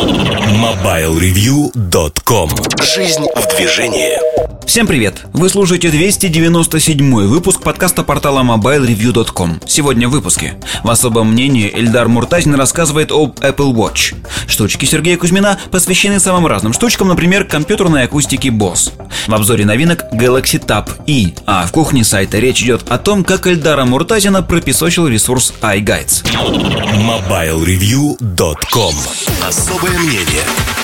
MobileReview.com. Жизнь в движении. Всем привет! Вы слушаете 297-й выпуск подкаста портала MobileReview.com. Сегодня в выпуске. В особом мнении Эльдар Муртазин рассказывает об Apple Watch. Штучки Сергея Кузьмина посвящены самым разным штучкам, например, компьютерной акустике Bose. В обзоре новинок Galaxy Tab E. А в кухне сайта речь идет о том, как Эльдара Муртазина пропесочил ресурс iGuides. MobileReview.com. Особое мнение.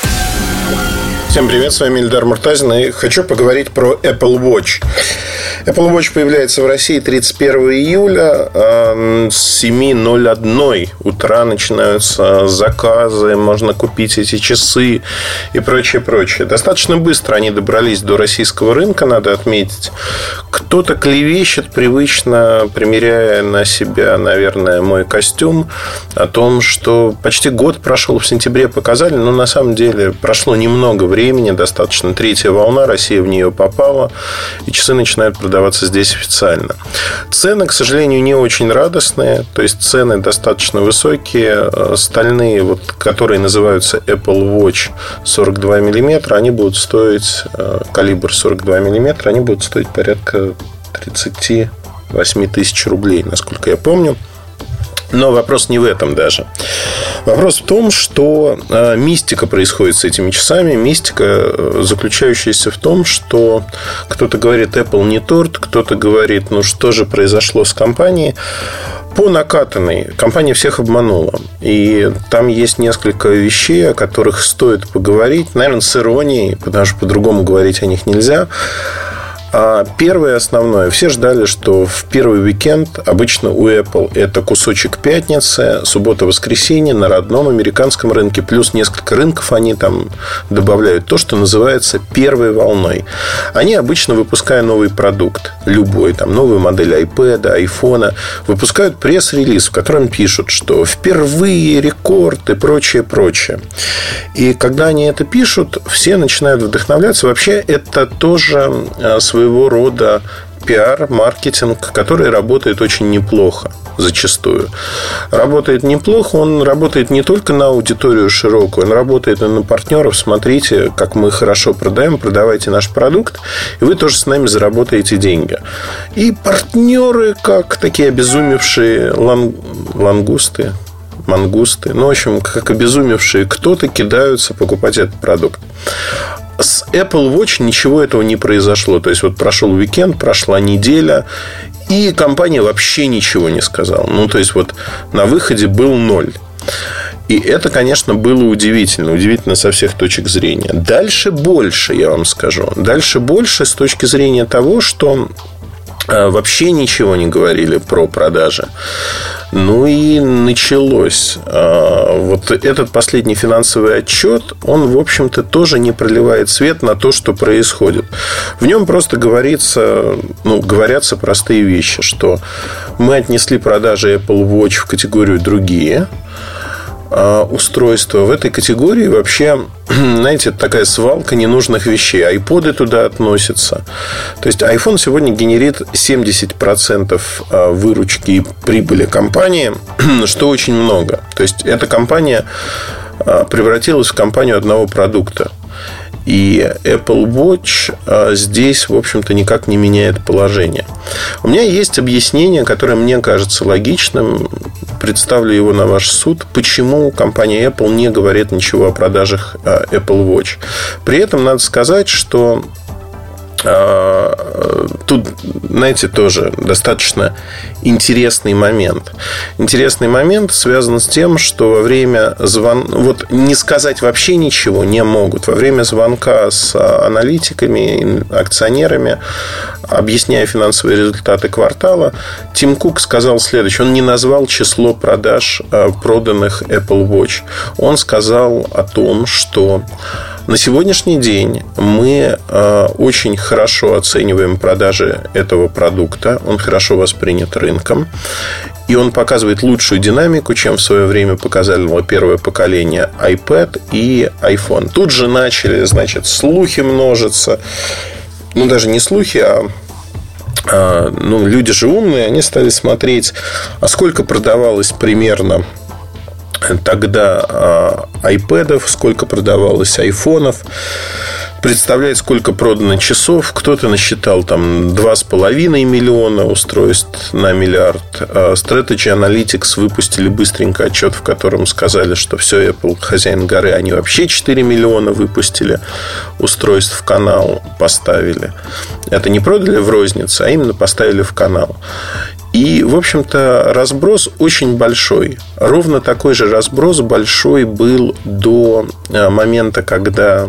Всем привет, с вами Эльдар Муртазин, и хочу поговорить про Apple Watch. Apple Watch появляется в России 31 июля. С 7:01 утра начинаются заказы, можно купить эти часы и прочее. Достаточно быстро они добрались до российского рынка, надо отметить. Кто-то клевещет, привычно примеряя на себя, наверное, мой костюм, о том, что почти год прошел, в сентябре показали, но на самом деле прошло немного времени, достаточно третья волна, Россия в нее попала, и часы начинают продаваться здесь официально. Цены, к сожалению, не очень радостные, то есть цены достаточно высокие. Стальные, которые называются Apple Watch 42 мм, они будут стоить, калибр 42 мм, они будут стоить порядка 38 тысяч рублей, насколько я помню. Но вопрос не в этом даже. Вопрос в том, что мистика происходит с этими часами. Мистика, заключающаяся в том, что кто-то говорит, Apple не торт, кто-то говорит, ну что же произошло с компанией. По накатанной компания всех обманула. И там есть несколько вещей, о которых стоит поговорить. Наверное, с иронией, потому что по-другому говорить о них нельзя. Первое основное. Все ждали, что в первый уикенд обычно у Apple это кусочек пятницы, суббота-воскресенье на родном американском рынке, плюс несколько рынков они там добавляют то, что называется первой волной. Они обычно, выпуская новый продукт, любой, там, новую модель iPad, iPhone, выпускают пресс-релиз, в котором пишут, что впервые рекорд и прочее. И когда они это пишут, все начинают вдохновляться. Вообще это тоже своего рода пиар, маркетинг, который работает очень неплохо зачастую. Работает неплохо, он работает не только на аудиторию широкую, он работает и на партнеров. Смотрите, как мы хорошо продаем, продавайте наш продукт, и вы тоже с нами заработаете деньги. И партнеры, как такие обезумевшие мангусты, ну, в общем, как обезумевшие кто-то, кидаются покупать этот продукт. С Apple Watch ничего этого не произошло. То есть, прошел уикенд, прошла неделя, и компания вообще ничего не сказала. Ну, то есть, на выходе был 0. И это, конечно, было удивительно. Удивительно со всех точек зрения. Дальше больше, я вам скажу. Дальше больше с точки зрения того, что вообще ничего не говорили про продажи. Ну и началось. Этот последний финансовый отчет, он, в общем-то, тоже не проливает свет на то, что происходит. В нем просто говорятся простые вещи, что мы отнесли продажи Apple Watch в категорию «другие» устройства. В этой категории вообще, знаете, такая свалка ненужных вещей. iPod'ы туда относятся. То есть iPhone сегодня генерит 70% выручки и прибыли компании, что очень много. То есть эта компания превратилась в компанию одного продукта. И Apple Watch здесь, в общем-то, никак не меняет положение. У меня есть объяснение, которое мне кажется логичным. Представлю его на ваш суд. Почему компания Apple не говорит ничего о продажах Apple Watch. При этом надо сказать, что тут, знаете, тоже достаточно интересный момент. Интересный момент связан с тем, что во время звонка... не сказать вообще ничего не могут. Во время звонка с аналитиками, акционерами, объясняя финансовые результаты квартала, Тим Кук сказал следующее. Он не назвал число продаж проданных Apple Watch. Он сказал о том, что на сегодняшний день мы очень хорошо оцениваем продажи этого продукта. Он хорошо воспринят рынком. И он показывает лучшую динамику, чем в свое время показало первое поколение iPad и iPhone. Тут же начали, слухи множиться. Даже не слухи, люди же умные. Они стали смотреть, а сколько продавалось примерно тогда iPad'ов, сколько продавалось айфонов. Представляет, сколько продано часов. Кто-то насчитал там 2,5 миллиона устройств на миллиард. Strategy Analytics выпустили быстренько отчет, в котором сказали, что все, Apple хозяин горы. Они вообще 4 миллиона выпустили устройств в канал, поставили. Это не продали в рознице, а именно поставили в канал. И, в общем-то, разброс очень большой. Ровно такой же разброс большой был до момента, когда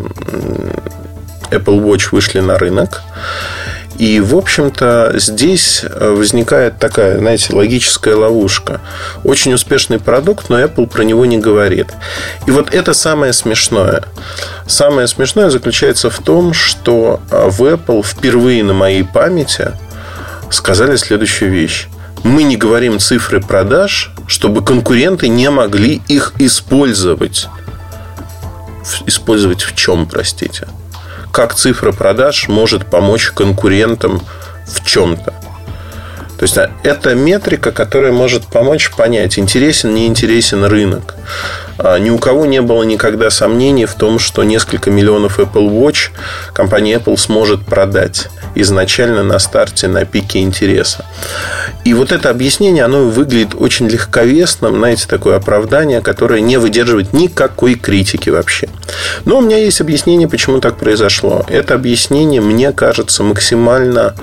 Apple Watch вышли на рынок. И, в общем-то, здесь возникает такая, знаете, логическая ловушка. Очень успешный продукт, но Apple про него не говорит. И вот это самое смешное. Самое смешное заключается в том, что в Apple впервые на моей памяти сказали следующую вещь. Мы не говорим цифры продаж, чтобы конкуренты не могли их использовать. Использовать в чем, простите? Как цифра продаж может помочь конкурентам в чем-то? То есть, это метрика, которая может помочь понять, интересен, не интересен рынок. Ни у кого не было никогда сомнений в том, что несколько миллионов Apple Watch компания Apple сможет продать изначально на старте, на пике интереса. И вот это объяснение, оно выглядит очень легковесным, знаете, такое оправдание, которое не выдерживает никакой критики вообще. Но у меня есть объяснение, почему так произошло. Это объяснение, мне кажется, максимально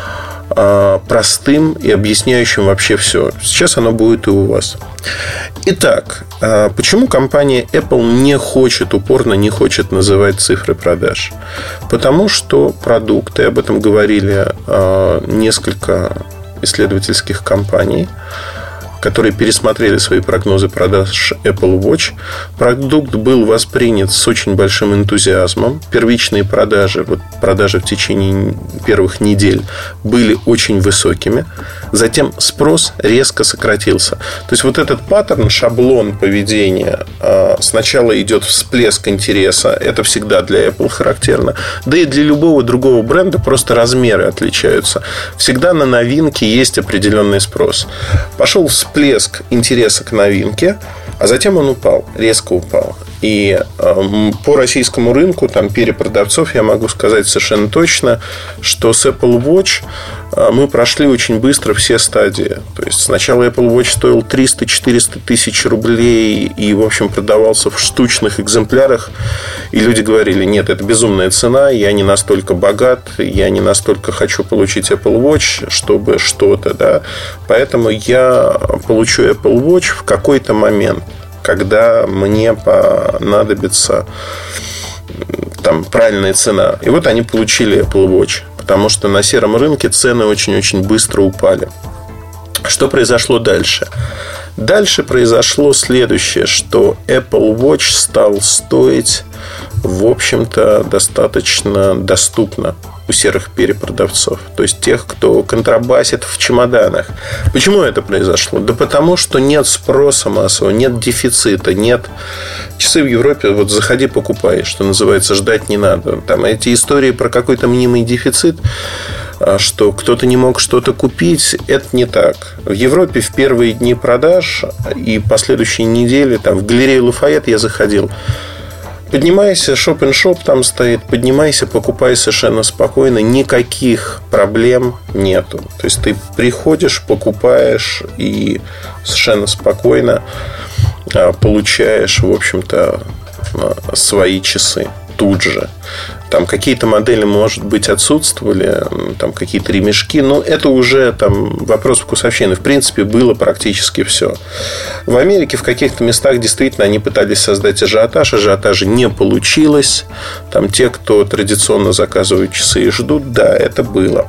простым и объясняющим вообще все. Сейчас оно будет и у вас. Итак, почему компания Apple упорно не хочет называть цифры продаж? Потому что продукты, об этом говорили несколько исследовательских компаний, которые пересмотрели свои прогнозы продаж Apple Watch. Продукт был воспринят с очень большим энтузиазмом. Первичные продажи, продажи в течение первых недель были очень высокими. Затем спрос резко сократился. То есть, вот этот паттерн, шаблон поведения. Сначала идет всплеск интереса. Это всегда для Apple характерно. Да и для любого другого бренда просто размеры отличаются. Всегда на новинки есть определенный спрос. Пошел всплеск интереса к новинке, а затем он упал, резко упал. И по российскому рынку, там, перепродавцов, я могу сказать совершенно точно, что с Apple Watch мы прошли очень быстро все стадии. То есть, сначала Apple Watch стоил 300-400 тысяч рублей и, в общем, продавался в штучных экземплярах. И люди говорили, нет, это безумная цена, я не настолько богат, я не настолько хочу получить Apple Watch, чтобы что-то, да. Поэтому я получу Apple Watch в какой-то момент, когда мне понадобится там правильная цена. И вот они получили Apple Watch, потому что на сером рынке цены очень-очень быстро упали. Что произошло дальше? Дальше произошло следующее, что Apple Watch стал стоить, в общем-то, достаточно доступно у серых перепродавцов. То есть, тех, кто контрабасит в чемоданах. Почему это произошло? Да потому, что нет спроса массового, нет дефицита, нет... Часы в Европе, вот заходи, покупай, что называется, ждать не надо. Там эти истории про какой-то мнимый дефицит, что кто-то не мог что-то купить, это не так. В Европе в первые дни продаж и последующие недели, там, в галерею Лафайет я заходил. Поднимайся, шоп-н-шоп там стоит, поднимайся, покупай совершенно спокойно, никаких проблем нету. То есть, ты приходишь, покупаешь и совершенно спокойно получаешь, в общем-то, свои часы тут же. Там какие-то модели, может быть, отсутствовали, там какие-то ремешки, но это уже там вопрос вкусовщины. В принципе, было практически все. В Америке в каких-то местах действительно они пытались создать ажиотаж. Ажиотажа не получилось. Там те, кто традиционно заказывают часы и ждут, да, это было.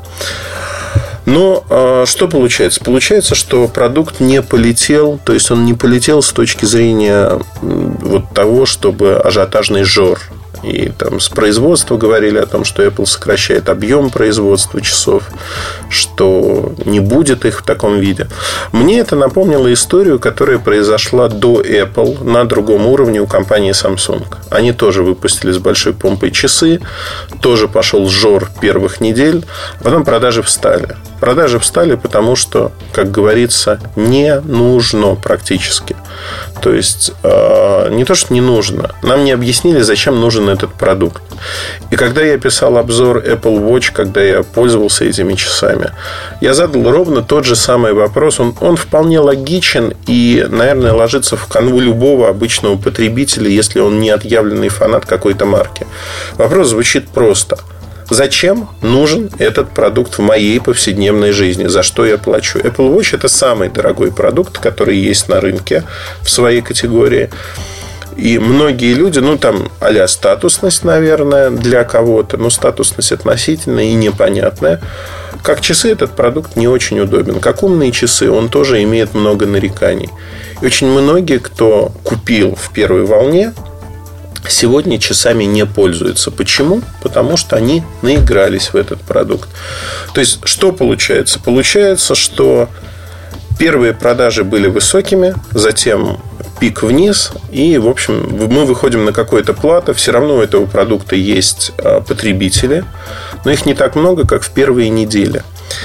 Но что получается? Получается, что продукт не полетел. То есть, он не полетел с точки зрения вот того, чтобы ажиотажный жор. И там с производства говорили о том, что Apple сокращает объем производства часов, что не будет их в таком виде. Мне это напомнило историю, которая произошла до Apple на другом уровне у компании Samsung. Они тоже выпустили с большой помпой часы, тоже пошел жор первых недель, а потом продажи встали. Продажи встали, потому что, как говорится, не нужно практически. То есть, не то, что не нужно. Нам не объяснили, зачем нужен этот продукт. И когда я писал обзор Apple Watch, когда я пользовался этими часами, я задал ровно тот же самый вопрос. Он вполне логичен и, наверное, ложится в канву любого обычного потребителя, если он не отъявленный фанат какой-то марки. Вопрос звучит просто. Зачем нужен этот продукт в моей повседневной жизни? За что я плачу? Apple Watch – это самый дорогой продукт, который есть на рынке в своей категории. И многие люди, там а-ля статусность, наверное, для кого-то, но статусность относительная и непонятная. Как часы этот продукт не очень удобен. Как умные часы, он тоже имеет много нареканий. И очень многие, кто купил в первой волне, сегодня часами не пользуются. Почему? Потому что они наигрались в этот продукт. То есть, что получается? Получается, что первые продажи были высокими, затем пик вниз, и, в общем, мы выходим на какое-то плато. Все равно у этого продукта есть потребители, но их не так много, как в первые недели.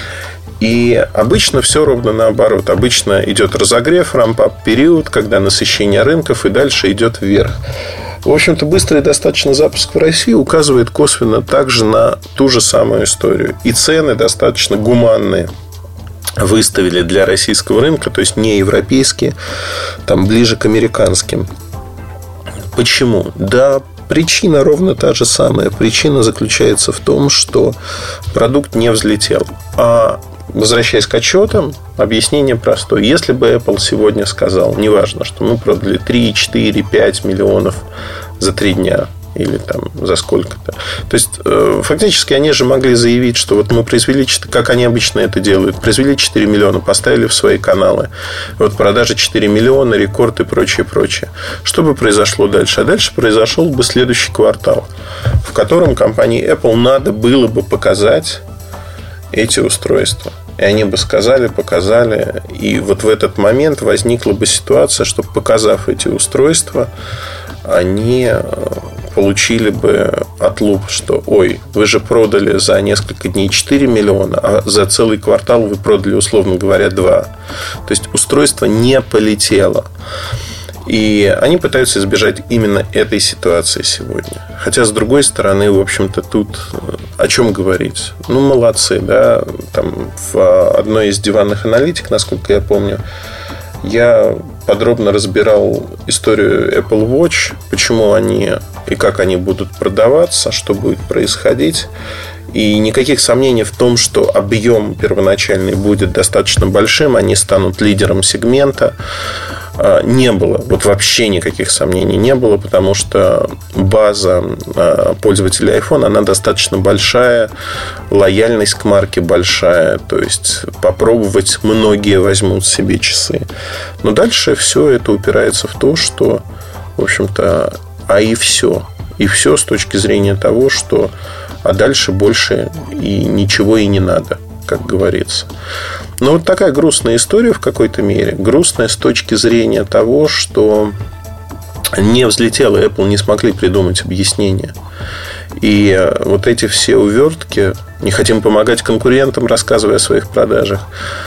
И обычно все ровно наоборот. Обычно идет разогрев, рамп-ап период, когда насыщение рынков, и дальше идет вверх. В общем-то, быстрый достаточно запуск в России указывает косвенно также на ту же самую историю. И цены достаточно гуманные выставили для российского рынка, то есть не европейские, там ближе к американским. Почему? Да, причина ровно та же самая. Причина заключается в том, что продукт не взлетел. А возвращаясь к отчетам, объяснение простое. Если бы Apple сегодня сказал, неважно, что мы продали 3, 4, 5 миллионов за 3 дня или там за сколько-то. То есть, фактически они же могли заявить, что вот мы произвели, как они обычно это делают, произвели 4 миллиона, поставили в свои каналы. Вот продажи 4 миллиона, рекорд и прочее, прочее. Что бы произошло дальше? А дальше произошел бы следующий квартал, в котором компании Apple надо было бы показать эти устройства. И они бы сказали, показали. И вот в этот момент возникла бы ситуация, что, показав эти устройства, они получили бы отлуп, что ой, вы же продали за несколько дней 4 миллиона, а за целый квартал вы продали, условно говоря, 2. То есть устройство не полетело. И они пытаются избежать именно этой ситуации сегодня. Хотя, с другой стороны, в общем-то, тут о чем говорить? Молодцы, да. Там в одной из диванных аналитик, насколько я помню, я подробно разбирал историю Apple Watch, почему они и как они будут продаваться, что будет происходить. И никаких сомнений в том, что объем первоначальный будет достаточно большим, они станут лидером сегмента, не было. Вот вообще никаких сомнений не было, потому что база пользователей iPhone, она достаточно большая, лояльность к марке большая, то есть попробовать многие возьмут себе часы. Но дальше все это упирается в то, что, в общем-то, и все. И все с точки зрения того, что а дальше больше и ничего и не надо, как говорится. Но вот такая грустная история в какой-то мере. Грустная с точки зрения того, что не взлетело, Apple не смогли придумать объяснение. И вот эти все увертки, не хотим помогать конкурентам, рассказывая о своих продажах,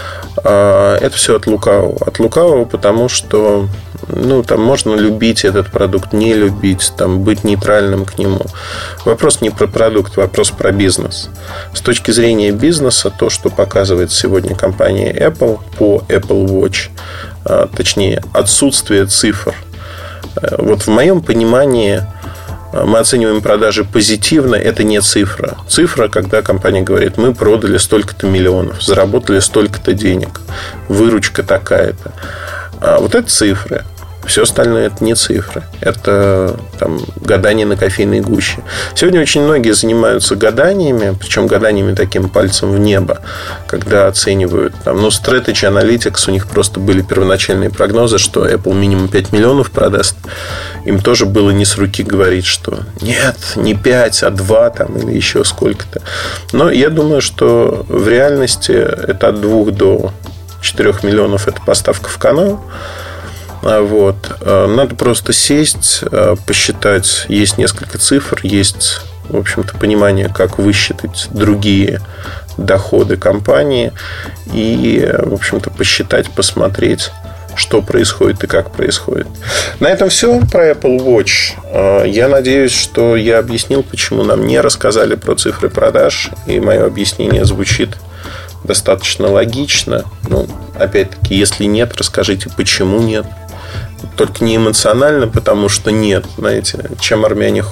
это все от лукавого. От лукавого, потому что там можно любить этот продукт, не любить, там, быть нейтральным к нему. Вопрос не про продукт, вопрос про бизнес. С точки зрения бизнеса, то, что показывает сегодня компания Apple по Apple Watch, точнее, отсутствие цифр. Вот в моем понимании мы оцениваем продажи позитивно, это не цифра. Цифра, когда компания говорит, мы продали столько-то миллионов, заработали столько-то денег, выручка такая-то. А вот это цифры. Все остальное это не цифры. Это там гадание на кофейной гуще. Сегодня очень многие занимаются гаданиями, причем гаданиями таким пальцем в небо, когда оценивают Strategy Analytics, у них просто были первоначальные прогнозы, что Apple минимум 5 миллионов продаст. Им тоже было не с руки говорить, что нет, не 5, а 2 или еще сколько-то. Но я думаю, что в реальности это от 2 до 4 миллионов это поставка в канал. Вот. Надо просто сесть, посчитать. Есть несколько цифр, есть, в общем-то, понимание, как высчитать другие доходы компании и, в общем-то, посчитать, посмотреть, что происходит и как происходит. На этом все про Apple Watch. Я надеюсь, что я объяснил, почему нам не рассказали про цифры продаж. И мое объяснение звучит достаточно логично. Ну, опять-таки, если нет, расскажите, почему нет. Только не эмоционально, потому что нет. Знаете, чем армяне...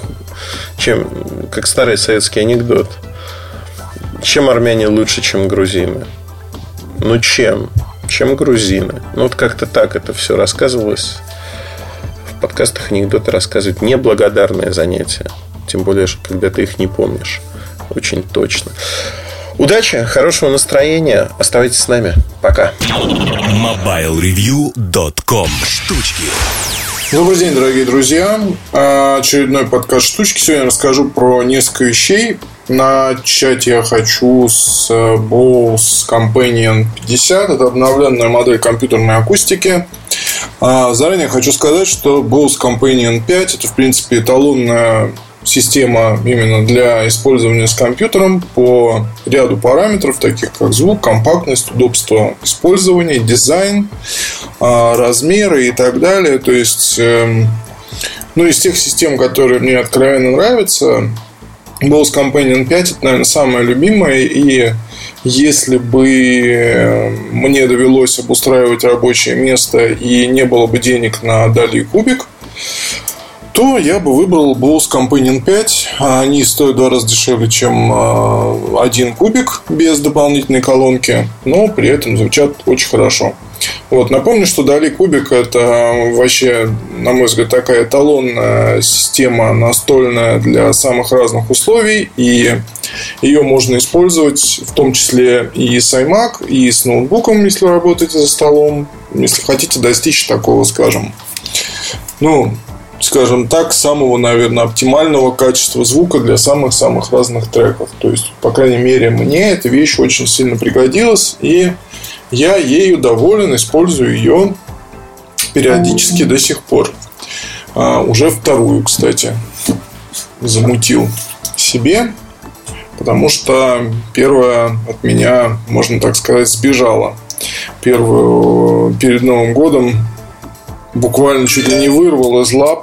как старый советский анекдот. Чем армяне лучше, чем грузины? Ну, чем грузины. Ну, вот как-то так это все рассказывалось. В подкастах анекдоты рассказывать неблагодарное занятие. Тем более, когда ты их не помнишь. Очень точно. Удачи, хорошего настроения. Оставайтесь с нами. Пока. MobileReview.com. Штучки. Добрый день, дорогие друзья. Очередной подкаст «Штучки». Сегодня расскажу про несколько вещей. Начать я хочу с Bose Companion 50. Это обновленная модель компьютерной акустики. Заранее хочу сказать, что Bose Companion 5 – это, в принципе, эталонная система именно для использования с компьютером по ряду параметров, таких как звук, компактность, удобство использования, дизайн, размеры и так далее. То есть, из тех систем, которые мне откровенно нравятся, Bose Companion 5 – это, наверное, самая любимая. И если бы мне довелось обустраивать рабочее место и не было бы денег на DALI Cubic, то я бы выбрал Bose Companion 5. Они стоят в 2 раза дешевле, чем один кубик без дополнительной колонки, но при этом звучат очень хорошо. Напомню, что DALI Cubic – это вообще, на мой взгляд, такая эталонная система настольная для самых разных условий. И ее можно использовать в том числе и с iMac, и с ноутбуком, если вы работаете за столом. Если хотите достичь такого, скажем так, самого, наверное, оптимального качества звука для самых-самых разных треков. То есть, по крайней мере, мне эта вещь очень сильно пригодилась, и я ею доволен, использую ее периодически до сих пор. Уже вторую, кстати, замутил себе, потому что первая от меня, можно так сказать, сбежала. Первую перед Новым годом буквально чуть ли не вырвал из лап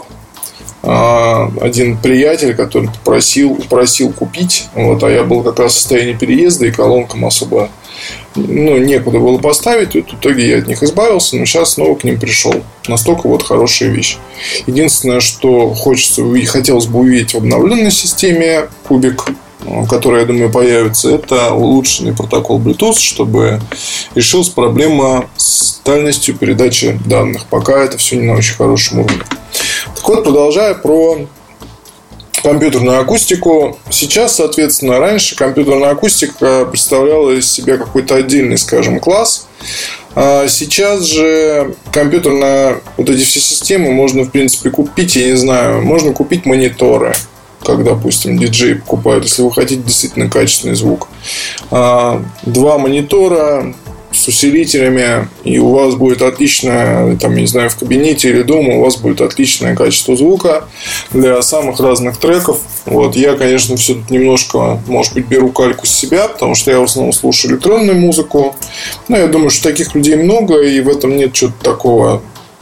один приятель, который просил купить. А я был как раз в состоянии переезда, и колонкам особо некуда было поставить. И в итоге я от них избавился, но сейчас снова к ним пришел. Настолько хорошая вещь. Единственное, что хотелось бы увидеть в обновленной системе Кубик, который, я думаю, появится, это улучшенный протокол Bluetooth, чтобы решилась проблема с дальностью передачи данных. Пока это все не на очень хорошем уровне. Так вот, продолжая про компьютерную акустику. Сейчас, соответственно, раньше компьютерная акустика представляла из себя какой-то отдельный, скажем, класс. А сейчас же компьютерные эти все системы можно, в принципе, купить, я не знаю, можно купить мониторы, как, допустим, диджеи покупают, если вы хотите действительно качественный звук. 2 монитора с усилителями, и у вас будет отличное, в кабинете или дома у вас будет отличное качество звука для самых разных треков. Я, конечно, все тут немножко, может быть, беру кальку с себя, потому что я в основном слушаю электронную музыку. Но я думаю, что таких людей много, и в этом нет чего-то такого,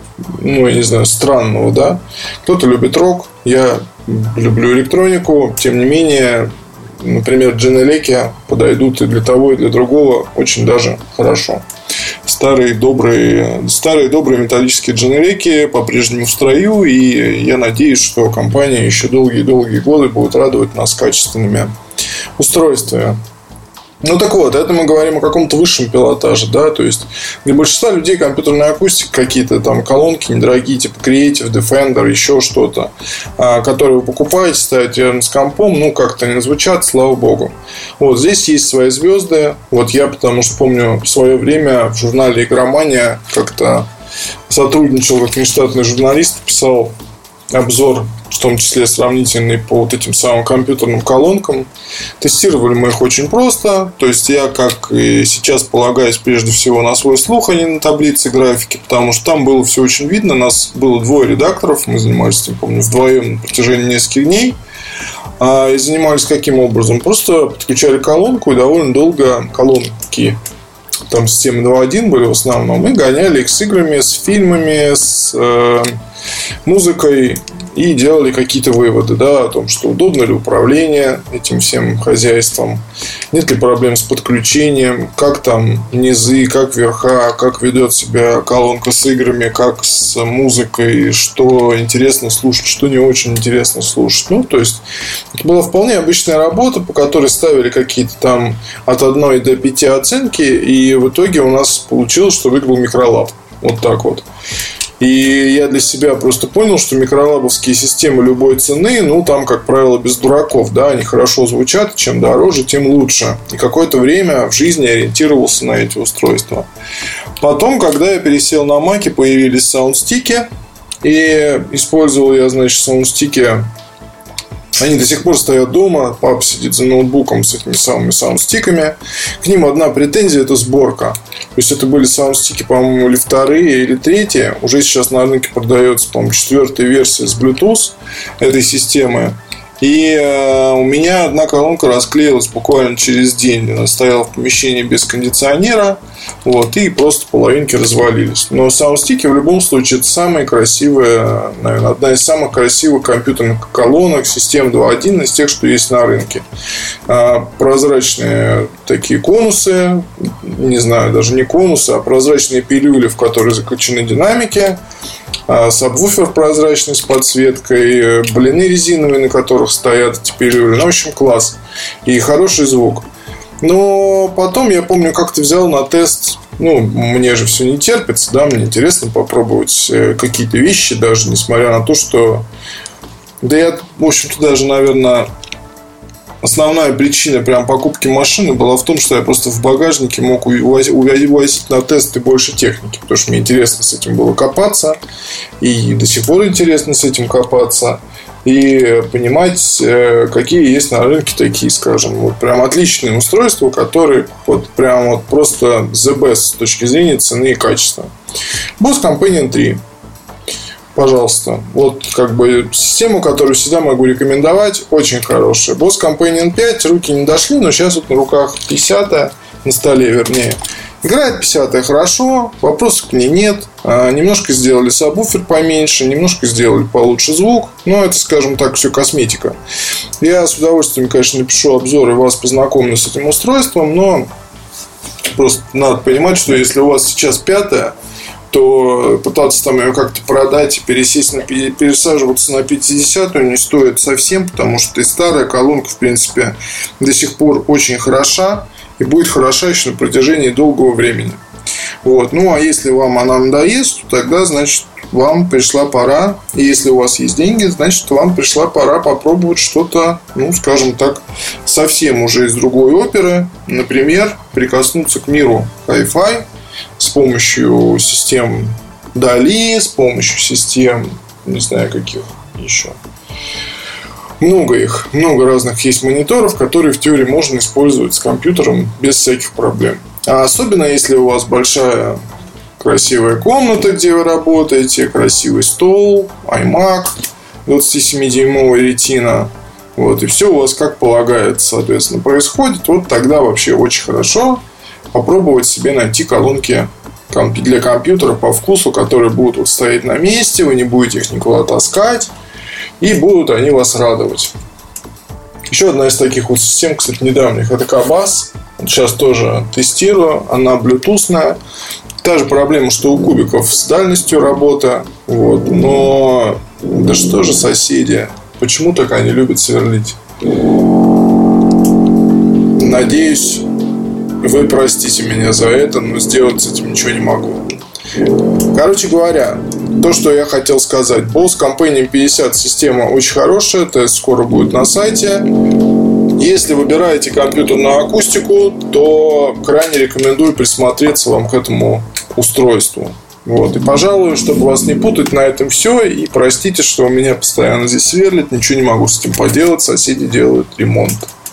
странного, да. Кто-то любит рок, я люблю электронику, тем не менее, например, дженелеки подойдут и для того, и для другого очень даже хорошо. Старые добрые металлические дженелеки по-прежнему в строю, и я надеюсь, что компания еще долгие-долгие годы будет радовать нас качественными устройствами. Так вот, это мы говорим о каком-то высшем пилотаже, да, то есть для большинства людей компьютерная акустика, какие-то там колонки недорогие, типа Creative, Defender, еще что-то, которые вы покупаете, ставите рядом с компом, как-то они звучат, слава богу. Здесь есть свои звезды. Я потому что помню в свое время в журнале «Игромания» как-то сотрудничал как нештатный журналист, писал обзор, в том числе сравнительный по этим самым компьютерным колонкам. Тестировали мы их очень просто. То есть я, как и сейчас, полагаюсь прежде всего на свой слух, а не на таблицы графики, потому что там было все очень видно. Нас было 2 редакторов. Мы занимались, помню, вдвоем на протяжении нескольких дней. И занимались каким образом? Просто подключали колонку и довольно долго колонки там системы 2.1 были в основном, и гоняли их с играми, с фильмами, с музыкой и делали какие-то выводы, да, о том, что удобно ли управление этим всем хозяйством, нет ли проблем с подключением, как там низы, как верха, как ведет себя колонка с играми, как с музыкой, что интересно слушать, что не очень интересно слушать. Ну, то есть, это была вполне обычная работа, по которой ставили какие-то там от 1 до 5 оценки, и в итоге у нас получилось, что выиграл микролаб. Вот так вот. И я для себя просто понял, что микролабовские системы любой цены, ну, там, как правило, без дураков, да, они хорошо звучат, чем дороже, тем лучше. И какое-то время в жизни ориентировался на эти устройства. Потом, когда я пересел на Mac, появились саундстики, и использовал я, значит, саундстики. Они до сих пор стоят дома. Папа сидит за ноутбуком с этими самыми саундстиками. К ним одна претензия – это сборка. То есть, это были саундстики, по-моему, или вторые, или третьи. Уже сейчас на рынке продается, по-моему, 4-я версия с Bluetooth этой системы. И у меня одна колонка расклеилась буквально через день. Она стояла в помещении без кондиционера. Вот, и просто половинки развалились. Но саундстики в любом случае это самая красивая, наверное, одна из самых красивых компьютерных колонок систем 2.1 из тех, что есть на рынке. Прозрачные такие конусы, не знаю, даже не конусы, а прозрачные пилюли, в которые заключены динамики. Сабвуфер прозрачный с подсветкой, блины резиновые, на которых стоят эти пилюли. Ну, в общем, класс. И хороший звук. Но потом, я помню, как-то взял на тест. Ну, мне же все не терпится, да, мне интересно попробовать какие-то вещи, даже несмотря на то, что... Да я, в общем-то, даже, наверное... Основная причина прям покупки машины была в том, что я просто в багажнике мог увозить на тесты больше техники, потому что мне интересно с этим было копаться, и до сих пор интересно с этим копаться, и понимать, какие есть на рынке такие, скажем, вот прям отличные устройства, которые вот прям вот просто the best с точки зрения цены и качества. Bose Companion 3. Пожалуйста. Вот как бы систему, которую всегда могу рекомендовать. Очень хорошая. Bose Companion 5. Руки не дошли, но сейчас вот на руках 50-я. На столе, вернее. Играет 50-я хорошо. Вопросов к ней нет. Немножко сделали сабвуфер поменьше. Немножко сделали получше звук. Но это, скажем так, все косметика. Я с удовольствием, конечно, напишу обзор и вас познакомлю с этим устройством. Но просто надо понимать, что если у вас сейчас 5-я, то пытаться там ее как-то продать и пересаживаться на 50-ю не стоит совсем, потому что и старая колонка, в принципе, до сих пор очень хороша и будет хороша еще на протяжении долгого времени. Вот. Ну, а если вам она надоест, то тогда, значит, вам пришла пора, и если у вас есть деньги, значит, вам пришла пора попробовать что-то, ну, скажем так, совсем уже из другой оперы. Например, прикоснуться к миру Hi-Fi с помощью систем DALI, с помощью систем, не знаю каких еще. Много их, много разных есть мониторов, которые в теории можно использовать с компьютером без всяких проблем. А особенно если у вас большая красивая комната, где вы работаете, красивый стол, iMac, 27-дюймовая ретина. Вот, и все у вас как полагается, соответственно, происходит. Вот тогда вообще очень хорошо попробовать себе найти колонки для компьютера по вкусу, которые будут вот стоять на месте, вы не будете их никуда таскать, и будут они вас радовать. Еще одна из таких вот систем, кстати, недавних, это Kabas. Сейчас тоже тестирую. Она блютусная. Та же проблема, что у кубиков с дальностью работы. Вот. Но да что же соседи? Почему так они любят сверлить? Надеюсь, вы простите меня за это, но сделать с этим ничего не могу. Короче говоря, то, что я хотел сказать. Bose Companion 50 система очень хорошая. Тест скоро будет на сайте. Если выбираете компьютерную акустику, то крайне рекомендую присмотреться вам к этому устройству. Вот. И, пожалуй, чтобы вас не путать, на этом все. И простите, что у меня постоянно здесь сверлит. Ничего не могу с этим поделать. Соседи делают ремонт.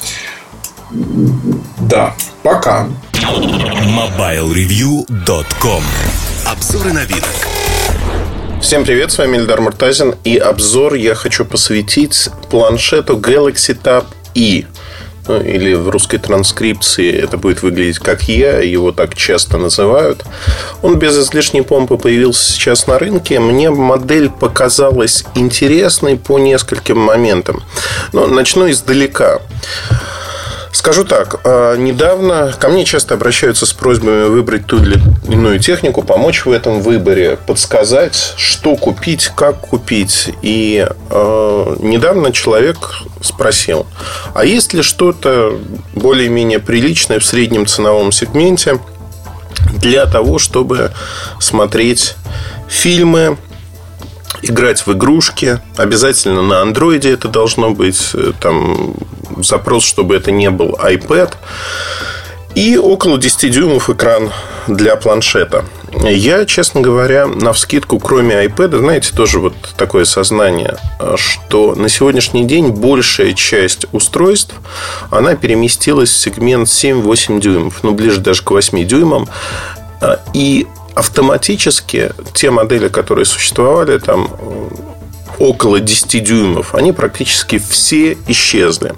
Да, пока. MobileReview.com. Обзоры новинок. Всем привет, с вами Эльдар Муртазин. И обзор я хочу посвятить планшету Galaxy Tab E. Или в русской транскрипции это будет выглядеть как «Я», его так часто называют. Он без излишней помпы появился сейчас на рынке. Мне модель показалась интересной по нескольким моментам. Но начну издалека. Скажу так, недавно ко мне часто обращаются с просьбами выбрать ту или иную технику, помочь в этом выборе, подсказать, что купить, как купить. И недавно человек спросил, а есть ли что-то более-менее приличное в среднем ценовом сегменте для того, чтобы смотреть фильмы, играть в игрушки. Обязательно на андроиде это должно быть. Там запрос, чтобы это не был iPad. И около 10 дюймов экран для планшета. Я, честно говоря, навскидку, кроме iPad, знаете, тоже вот такое сознание, что на сегодняшний день большая часть устройств, она переместилась в сегмент 7-8 дюймов. Ближе даже к 8 дюймам. И автоматически те модели, которые существовали там около 10 дюймов, они практически все исчезли.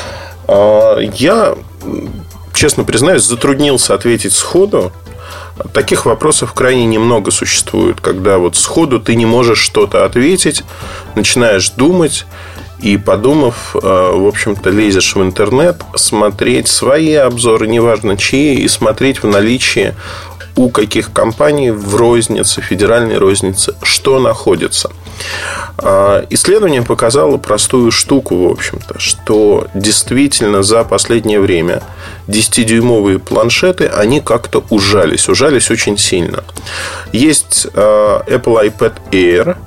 Я, честно признаюсь, затруднился ответить сходу. Таких вопросов крайне немного существует, когда вот сходу ты не можешь что-то ответить, начинаешь думать, и, подумав, в общем-то, лезешь в интернет, смотреть свои обзоры, неважно чьи, и смотреть в наличии у каких компаний в рознице, федеральной рознице, что находится. Исследование показало простую штуку, в общем-то, что действительно за последнее время 10-дюймовые планшеты, они как-то ужались очень сильно. Есть Apple iPad Air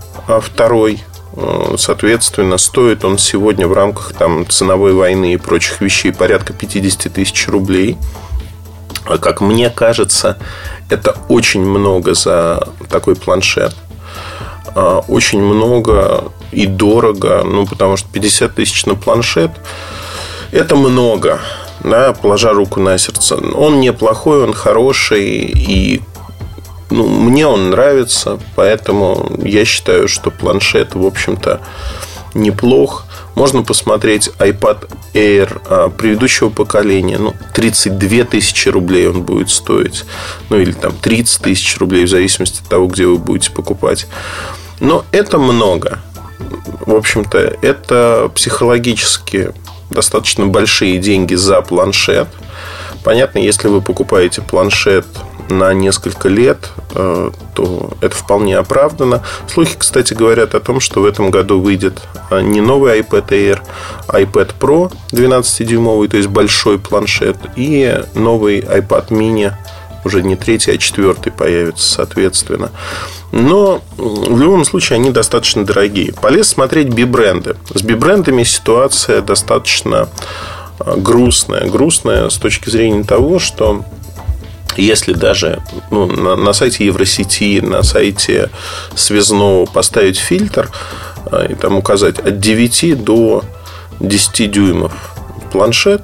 2, соответственно, стоит он сегодня в рамках там ценовой войны и прочих вещей порядка 50 тысяч рублей. Как мне кажется, это очень много за такой планшет. Очень много и дорого. Потому что 50 тысяч на планшет — это много, да, положа руку на сердце. Он неплохой, он хороший. И мне он нравится. Поэтому я считаю, что планшет, в общем-то, неплох. Можно посмотреть iPad Air предыдущего поколения. 32 тысячи рублей он будет стоить. Или там 30 тысяч рублей, в зависимости от того, где вы будете покупать. Но это много. В общем-то, это психологически достаточно большие деньги за планшет. Понятно, если вы покупаете планшет на несколько лет, то это вполне оправдано. Слухи, кстати, говорят о том, что в этом году выйдет не новый iPad Air, а iPad Pro 12-дюймовый, то есть большой планшет, и новый iPad mini, уже не 3, а 4 появится, соответственно. Но в любом случае они достаточно дорогие. Полез смотреть би-бренды. С би-брендами ситуация достаточно грустная. Грустная с точки зрения того, что если даже на сайте Евросети, на сайте связного поставить фильтр и там указать от 9 до 10 дюймов планшет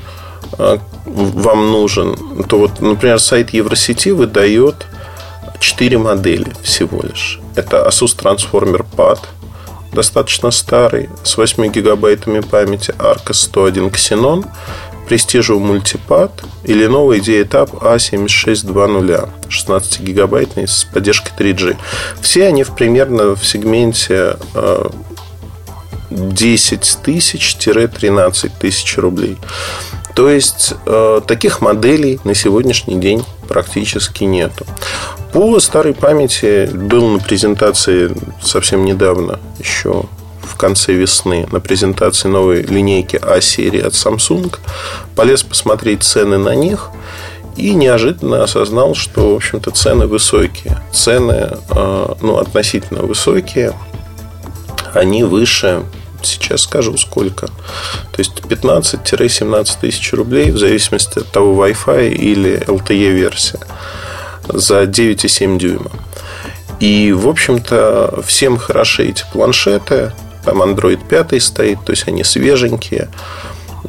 вам нужен, то вот, например, сайт Евросети выдает 4 модели всего лишь. Это Asus Transformer Pad, достаточно старый, с 8 гигабайтами памяти, Arcos 101 Xenon, Prestigio Multipad и Lenovo IdeaTab A7620, 16-гигабайтный с поддержкой 3G. Все они примерно в сегменте 10 тысяч-13 тысяч рублей. То есть таких моделей на сегодняшний день практически нету. По старой памяти был на презентации совсем недавно, еще в конце весны, на презентации новой линейки А-серии от Samsung. Полез посмотреть цены на них и неожиданно осознал, что, в общем-то, цены высокие. Цены, относительно высокие. Они выше, сейчас скажу сколько, то есть 15-17 тысяч рублей в зависимости от того, Wi-Fi или LTE-версия, за 9,7 дюйма. И, в общем-то, всем хороши эти планшеты. Там Android 5 стоит, то есть они свеженькие,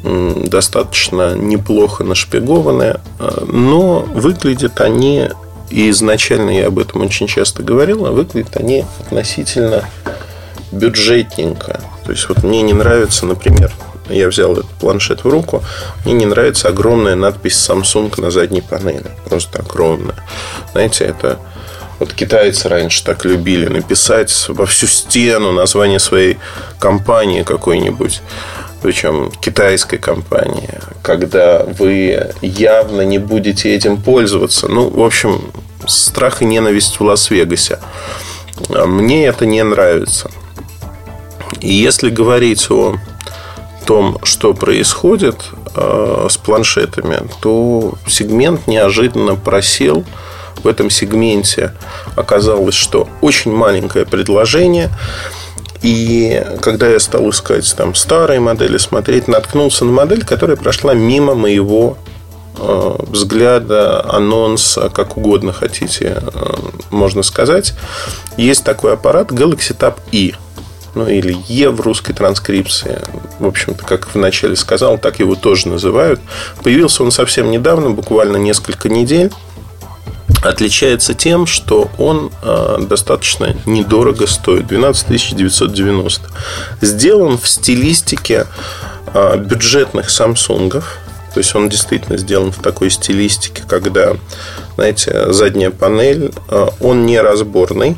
достаточно неплохо нашпигованные, но выглядят они и изначально я об этом очень часто говорил, выглядят они относительно бюджетненько. То есть, вот мне не нравится, например, я взял этот планшет в руку, мне не нравится огромная надпись Samsung на задней панели. Просто огромная. Знаете, это... Вот китайцы раньше так любили написать во всю стену название своей компании какой-нибудь. Причем китайской компании. Когда вы явно не будете этим пользоваться. Ну, в общем, страх и ненависть в Лас-Вегасе. Мне это не нравится. И если говорить о том, что происходит с планшетами, то сегмент неожиданно просел. В этом сегменте оказалось, что очень маленькое предложение. И когда я стал искать там старые модели, смотреть, наткнулся на модель, которая прошла мимо моего взгляда, анонса, как угодно хотите, можно сказать. Есть такой аппарат Galaxy Tab E. Ну, или E в русской транскрипции. В общем-то, как вначале сказал, так его тоже называют. Появился он совсем недавно, буквально несколько недель. Отличается тем, что он достаточно недорого стоит. 12 990. Сделан в стилистике бюджетных Самсунгов. То есть он действительно сделан в такой стилистике, когда, знаете, задняя панель, он не разборный.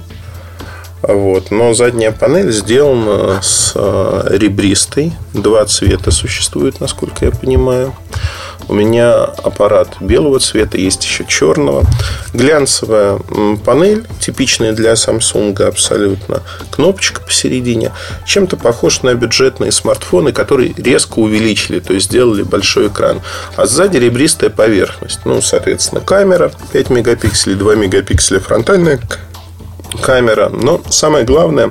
Вот, но задняя панель сделана с ребристой. Два цвета существует, насколько я понимаю. У меня аппарат белого цвета, есть еще черного. Глянцевая панель, типичная для Samsung абсолютно. Кнопочка посередине. Чем-то похож на бюджетные смартфоны, которые резко увеличили, то есть сделали большой экран. А сзади ребристая поверхность. Ну, соответственно, камера 5 мегапикселей, 2 мегапикселя фронтальная камера. Но самое главное,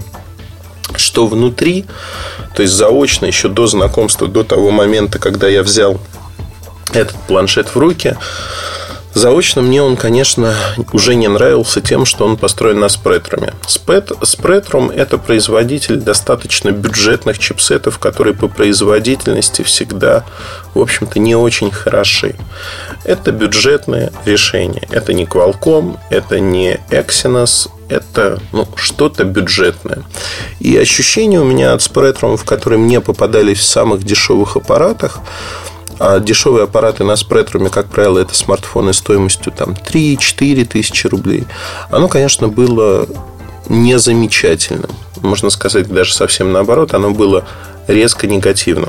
что внутри, то есть заочно, еще до знакомства, до того момента, когда я взял этот планшет в руки, заочно мне он, конечно, уже не нравился тем, что он построен на Spreadtrum. Spreadtrum – это производитель достаточно бюджетных чипсетов, которые по производительности всегда, в общем-то, не очень хороши. Это бюджетное решение. Это не Qualcomm, это не Exynos, это что-то бюджетное. И ощущение у меня от Spreadtrum, которые мне попадались в самых дешевых аппаратах, а дешевые аппараты на Spreadtrum, как правило, это смартфоны стоимостью 3-4 тысячи рублей, оно, конечно, было незамечательным. Можно сказать, даже совсем наоборот, оно было резко негативным.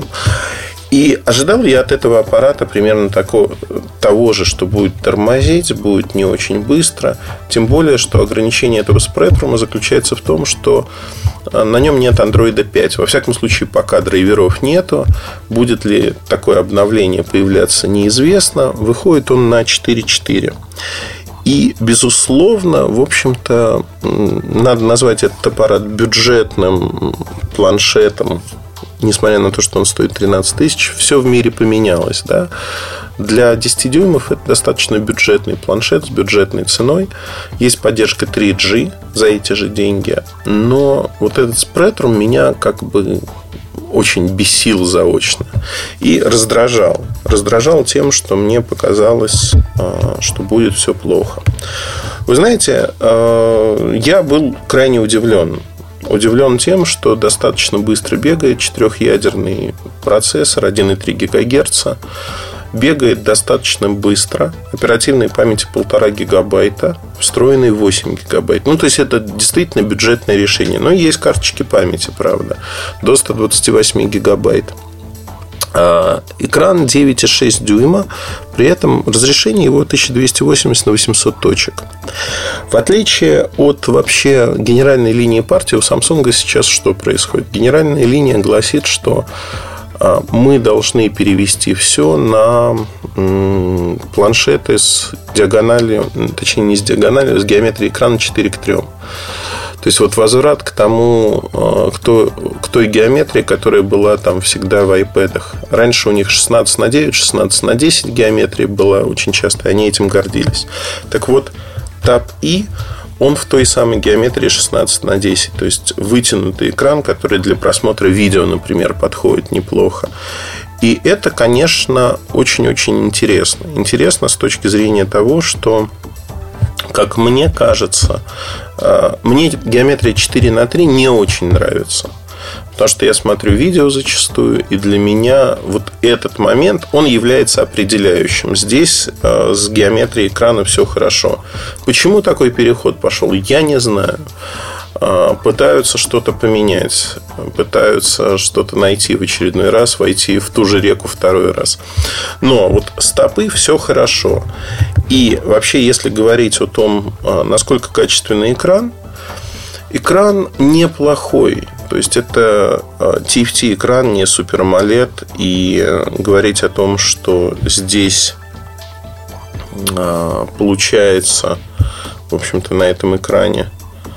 И ожидал я от этого аппарата примерно того же, что будет тормозить, будет не очень быстро. Тем более, что ограничение этого Spreadtrum заключается в том, что на нем нет Android 5. Во всяком случае, пока драйверов нету. Будет ли такое обновление появляться, неизвестно. Выходит он на 4.4. И, безусловно, в общем-то, надо назвать этот аппарат бюджетным планшетом. Несмотря на то, что он стоит 13 тысяч, все в мире поменялось, да? Для 10 дюймов это достаточно бюджетный планшет с бюджетной ценой. Есть поддержка 3G за эти же деньги. Но вот этот Spreadtrum меня как бы очень бесил заочно и раздражал. Раздражал тем, что мне показалось, что будет все плохо. Вы знаете, я был крайне удивлен. Удивлен тем, что достаточно быстро бегает 4-ядерный процессор 1,3 ГГц. Бегает достаточно быстро. Оперативной памяти 1,5 гигабайта. Встроенной 8 гигабайт. Ну, то есть, это действительно бюджетное решение. Но есть карточки памяти, правда. До 128 гигабайт. Экран 9,6 дюйма. При этом разрешение его 1280 на 800 точек. В отличие от вообще генеральной линии партии, у Samsung сейчас что происходит? Генеральная линия гласит, что мы должны перевести все на планшеты с диагональю, точнее не с диагональю, а с геометрией экрана 4:3. То есть, вот возврат к тому, к той геометрии, которая была там всегда в iPad'ах. Раньше у них 16:9, 16:10 геометрия была очень часто, они этим гордились. Так вот, Tab E, он в той самой геометрии 16:10. То есть, вытянутый экран, который для просмотра видео, например, подходит неплохо. И это, конечно, очень-очень интересно. Интересно с точки зрения того, что как мне кажется, мне геометрия 4:3 не очень нравится. Потому что я смотрю видео зачастую, и для меня вот этот момент, он является определяющим. Здесь с геометрией экрана все хорошо. Почему такой переход пошел, я не знаю. Пытаются что-то поменять, пытаются что-то найти в очередной раз, войти в ту же реку второй раз. Но вот стопы все хорошо. И вообще, если говорить о том, насколько качественный экран неплохой. То есть это TFT экран, не Super AMOLED. И говорить о том, что здесь получается, в общем-то, на этом экране,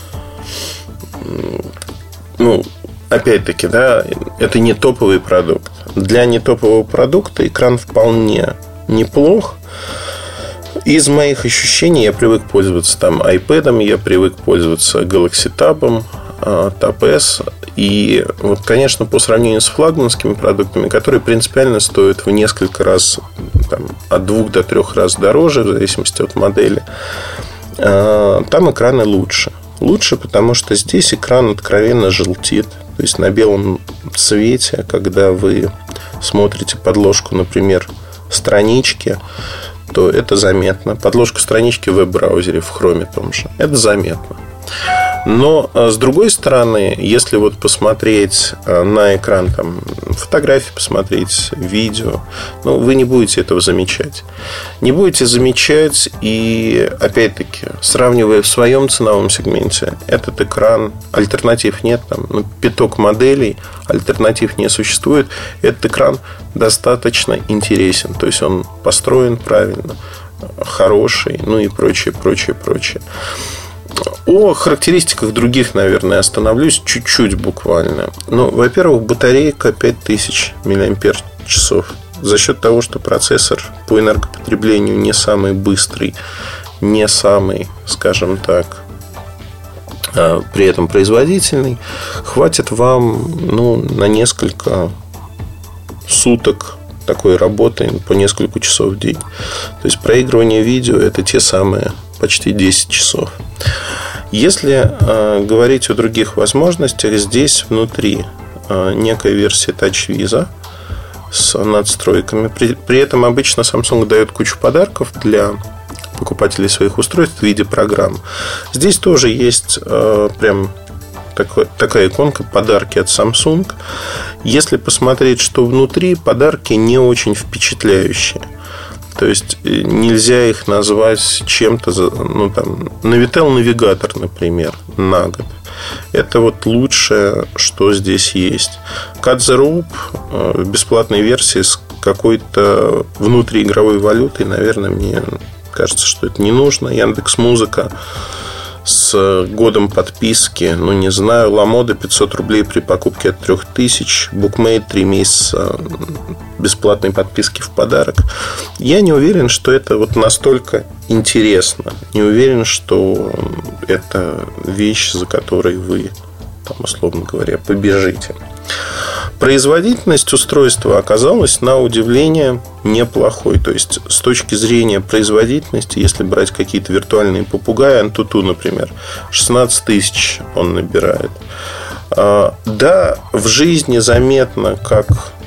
ну, опять-таки, да, это не топовый продукт. Для нетопового продукта экран вполне неплох. Из моих ощущений я привык пользоваться там iPad, я привык пользоваться Galaxy Tab, Tab S. И вот, конечно, по сравнению с флагманскими продуктами, которые принципиально стоят в несколько раз, там, от 2 до 3 раз дороже, в зависимости от модели, там экраны лучше. Лучше, потому что здесь экран откровенно желтит. То есть на белом цвете, когда вы смотрите подложку, например, странички, то это заметно. Подложку странички в веб-браузере, в Chrome том же, это заметно. Но, с другой стороны, если вот посмотреть на экран, там, фотографии посмотреть, видео, ну, вы не будете этого замечать. Не будете замечать. И, опять-таки, сравнивая в своем ценовом сегменте, этот экран, альтернатив нет, там, ну, пяток моделей, альтернатив не существует. Этот экран достаточно интересен. То есть он построен правильно, хороший, ну и прочее. О характеристиках других, наверное, остановлюсь чуть-чуть буквально. Ну, во-первых, батарейка 5000 мАч. За счет того, что процессор по энергопотреблению не самый быстрый, не самый, скажем так, при этом производительный, хватит вам, ну, на несколько суток такой работы, по несколько часов в день. То есть проигрывание видео – это те самые почти 10 часов. Если говорить о других возможностях, здесь внутри некая версия TouchWiz с надстройками. При этом обычно Samsung дает кучу подарков для покупателей своих устройств в виде программ. Здесь тоже есть прям такая иконка «Подарки от Samsung». Если посмотреть, что внутри, подарки не очень впечатляющие. То есть нельзя их назвать чем-то, ну, там, Navitel навигатор, например, на год. Это вот лучшее, что здесь есть. Cut the Rope в бесплатной версии с какой-то внутриигровой валютой, наверное, мне кажется, что это не нужно. Яндекс.Музыка с годом подписки, ну, не знаю, Ламода 500 рублей при покупке от 3000, Bookmate 3 месяца бесплатной подписки в подарок. Я не уверен, что это вот настолько интересно. Не уверен, что это вещь, за которой вы, там, условно говоря, побежите. Производительность устройства оказалась, на удивление, неплохой. То есть, с точки зрения производительности, если брать какие-то виртуальные попугаи, Antutu, например, 16 тысяч он набирает. Да, в жизни заметно, как,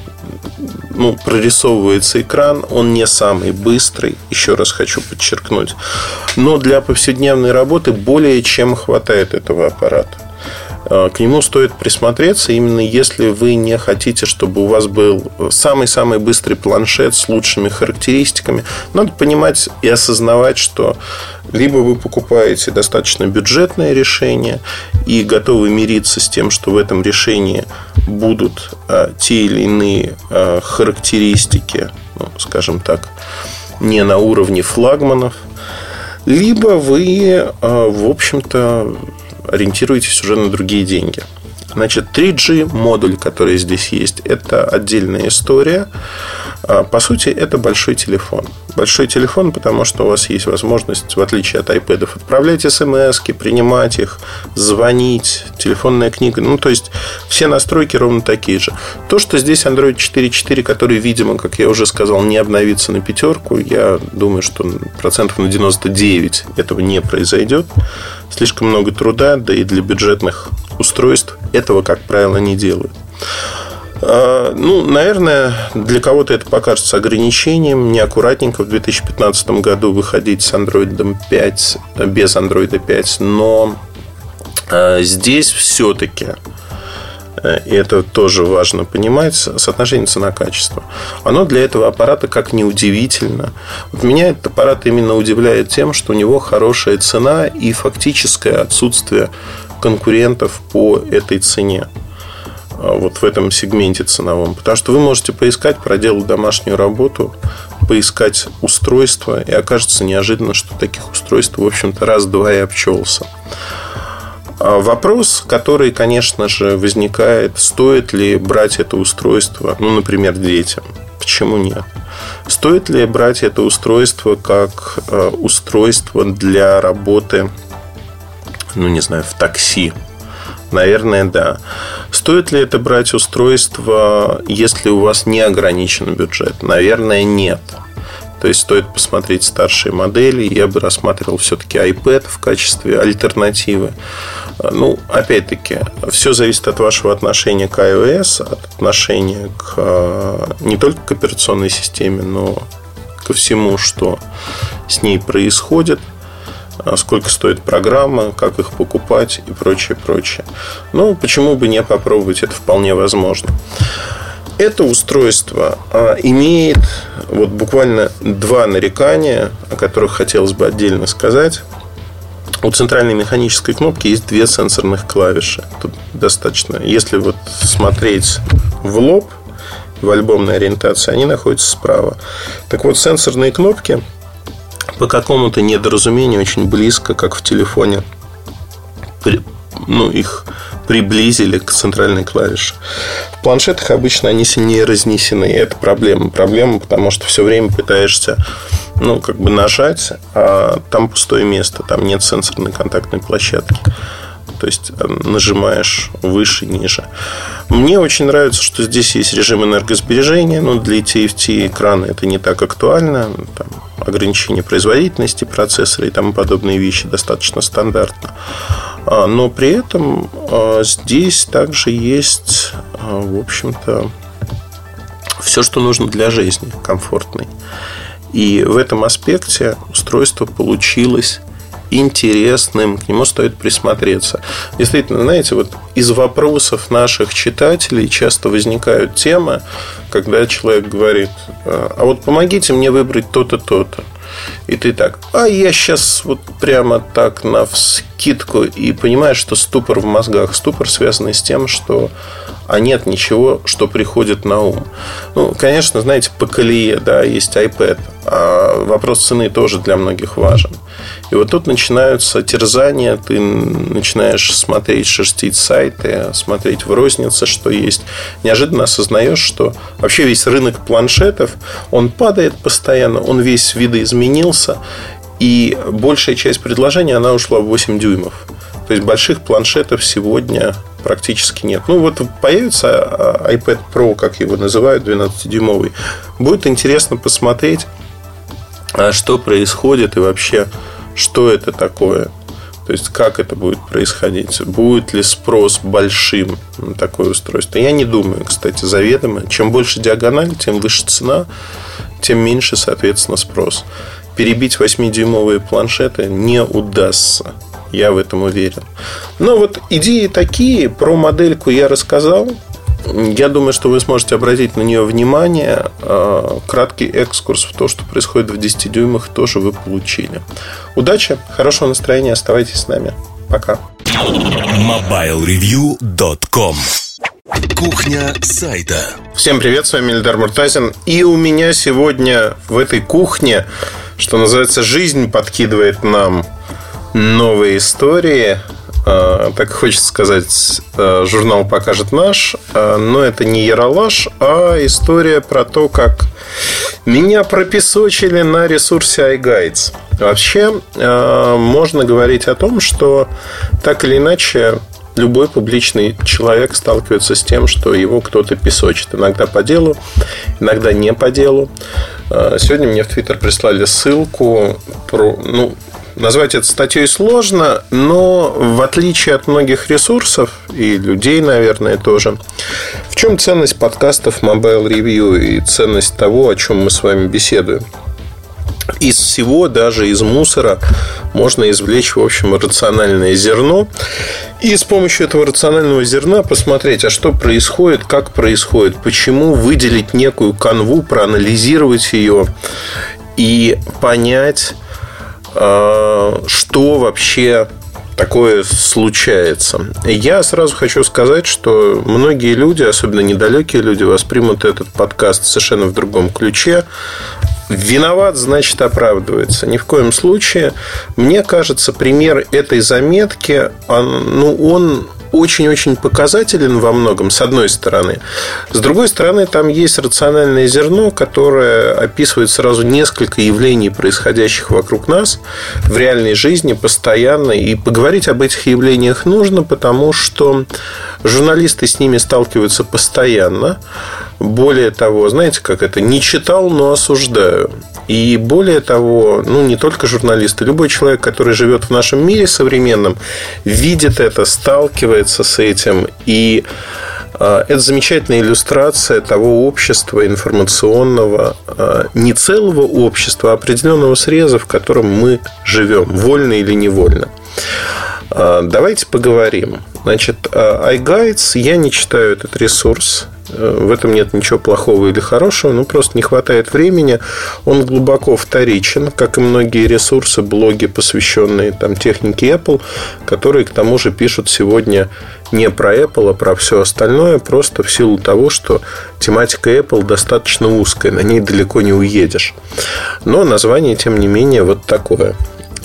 ну, прорисовывается экран. Он не самый быстрый, еще раз хочу подчеркнуть. Но для повседневной работы более чем хватает этого аппарата. К нему стоит присмотреться, именно если вы не хотите, чтобы у вас был самый-самый быстрый планшет с лучшими характеристиками. Надо понимать и осознавать, что либо вы покупаете достаточно бюджетное решение и готовы мириться с тем, что в этом решении будут те или иные характеристики, ну, скажем так, не на уровне флагманов, либо вы, в общем-то, ориентируетесь уже на другие деньги. Значит, 3G модуль, который здесь есть, это отдельная история. По сути, это большой телефон. Большой телефон, потому что у вас есть возможность, в отличие от iPad, отправлять смс-ки, принимать их, звонить, телефонная книга. Ну, то есть, все настройки ровно такие же. То, что здесь Android 4.4, который, видимо, как я уже сказал, не обновится на 5, я думаю, что процентов на 99 этого не произойдет. Слишком много труда, да и для бюджетных устройств этого, как правило, не делают. Ну, наверное, для кого-то это покажется ограничением. Неаккуратненько в 2015 году выходить с Android 5, без Android 5. Но здесь все-таки, и это тоже важно понимать, соотношение цена-качество. Оно для этого аппарата, как ни удивительно. Вот меня этот аппарат именно удивляет тем, что у него хорошая цена и фактическое отсутствие конкурентов по этой цене. Вот в этом сегменте ценовом. Потому что вы можете поискать, проделать домашнюю работу, поискать устройства, и окажется неожиданно, что таких устройств, в общем-то, раз-два и обчелся. Вопрос, который, конечно же, возникает: стоит ли брать это устройство, ну, например, детям? Почему нет? Стоит ли брать это устройство как устройство для работы, ну, не знаю, в такси? Наверное, да. Стоит ли это брать устройство, если у вас не ограничен бюджет? Наверное, нет. То есть, стоит посмотреть старшие модели. Я бы рассматривал все-таки iPad в качестве альтернативы. Ну, опять-таки, все зависит от вашего отношения к iOS, от отношения не только к операционной системе, но ко всему, что с ней происходит. Сколько стоит программа, как их покупать и прочее, прочее. Ну, почему бы не попробовать, это вполне возможно. Это устройство имеет вот буквально два нарекания, о которых хотелось бы отдельно сказать. У центральной механической кнопки есть две сенсорных клавиши. Тут достаточно. Если вот смотреть в лоб, в альбомной ориентации, они находятся справа. Так вот, сенсорные кнопки по какому-то недоразумению очень близко, как в телефоне, их приблизили к центральной клавише. В планшетах обычно они сильнее разнесены. И это проблема. Проблема, потому что все время пытаешься нажать, а там пустое место, там нет сенсорной контактной площадки. То есть нажимаешь выше, ниже. Мне очень нравится, что здесь есть режим энергосбережения, но для TFT экрана это не так актуально. Там ограничение производительности процессора и тому подобные вещи достаточно стандартно. Но при этом здесь также есть, в общем-то, все, что нужно для жизни, комфортной. И в этом аспекте устройство получилось интересным, к нему стоит присмотреться. Действительно, знаете, вот из вопросов наших читателей часто возникают темы, когда человек говорит: а вот помогите мне выбрать то-то, то-то. И ты так: а я сейчас вот прямо так навскидку, и понимаешь, что ступор в мозгах. Ступор, связанный с тем, что нет ничего, что приходит на ум. Ну, конечно, знаете, по колее, да, есть iPad, а вопрос цены тоже для многих важен. И вот тут начинаются терзания, ты начинаешь смотреть, шерстить сайты, смотреть в рознице, что есть. Неожиданно осознаешь, что вообще весь рынок планшетов, он падает постоянно, он весь видоизменился, и большая часть предложений, она ушла в 8 дюймов. То есть больших планшетов сегодня практически нет. Ну вот появится iPad Pro, как его называют, 12-дюймовый. Будет интересно посмотреть, что происходит и вообще, что это такое. То есть как это будет происходить. Будет ли спрос большим на такое устройство? Я не думаю, кстати, заведомо. Чем больше диагональ, тем выше цена, тем меньше, соответственно, спрос. Перебить 8-дюймовые планшеты не удастся. Я в этом уверен. Но вот идеи такие. Про модельку я рассказал. Я думаю, что вы сможете обратить на нее внимание. Краткий экскурс в то, что происходит в 10 дюймах, тоже вы получили. Удачи, хорошего настроения. Оставайтесь с нами. Пока. MobileReview.com. Кухня сайта. Всем привет, с вами Эльдар Муртазин. И у меня сегодня в этой кухне, что называется, жизнь подкидывает нам новые истории. так хочется сказать, журнал «Покажет наш». Но это не яролаж, а история про то, как меня пропесочили на ресурсе iGuides. Вообще, можно говорить о том, что так или иначе любой публичный человек сталкивается с тем, что его кто-то песочит. Иногда по делу, иногда не по делу. Сегодня мне в Твиттер прислали ссылку про... назвать это статьей сложно, но в отличие от многих ресурсов и людей, наверное, тоже, в чем ценность подкастов Mobile Review и ценность того, о чем мы с вами беседуем? Из всего, даже из мусора, можно извлечь, в общем, рациональное зерно. И с помощью этого рационального зерна посмотреть, а что происходит, как происходит, почему, выделить некую канву, проанализировать ее и понять, что вообще такое случается. Я сразу хочу сказать, что многие люди, особенно недалекие люди, воспримут этот подкаст совершенно в другом ключе. Виноват, значит, оправдывается. Ни в коем случае. Мне кажется, пример этой заметки, он очень-очень показателен во многом, с одной стороны. С другой стороны, там есть рациональное зерно, которое описывает сразу несколько явлений, происходящих вокруг нас в реальной жизни постоянно. И поговорить об этих явлениях нужно, потому что журналисты с ними сталкиваются постоянно. Более того, знаете, как это? Не читал, но осуждаю. И более того, не только журналисты, любой человек, который живет в нашем мире современном, видит это, сталкивается с этим. И это замечательная иллюстрация того общества информационного, не целого общества, а определенного среза, в котором мы живем, вольно или невольно. Давайте поговорим. Значит, iGuides, я не читаю этот ресурс. В этом нет ничего плохого или хорошего, просто не хватает времени. Он глубоко вторичен, как и многие ресурсы, блоги, посвященные технике Apple, которые, к тому же, пишут сегодня не про Apple, а про все остальное, просто в силу того, что тематика Apple достаточно узкая, на ней далеко не уедешь. Но название, тем не менее, вот такое.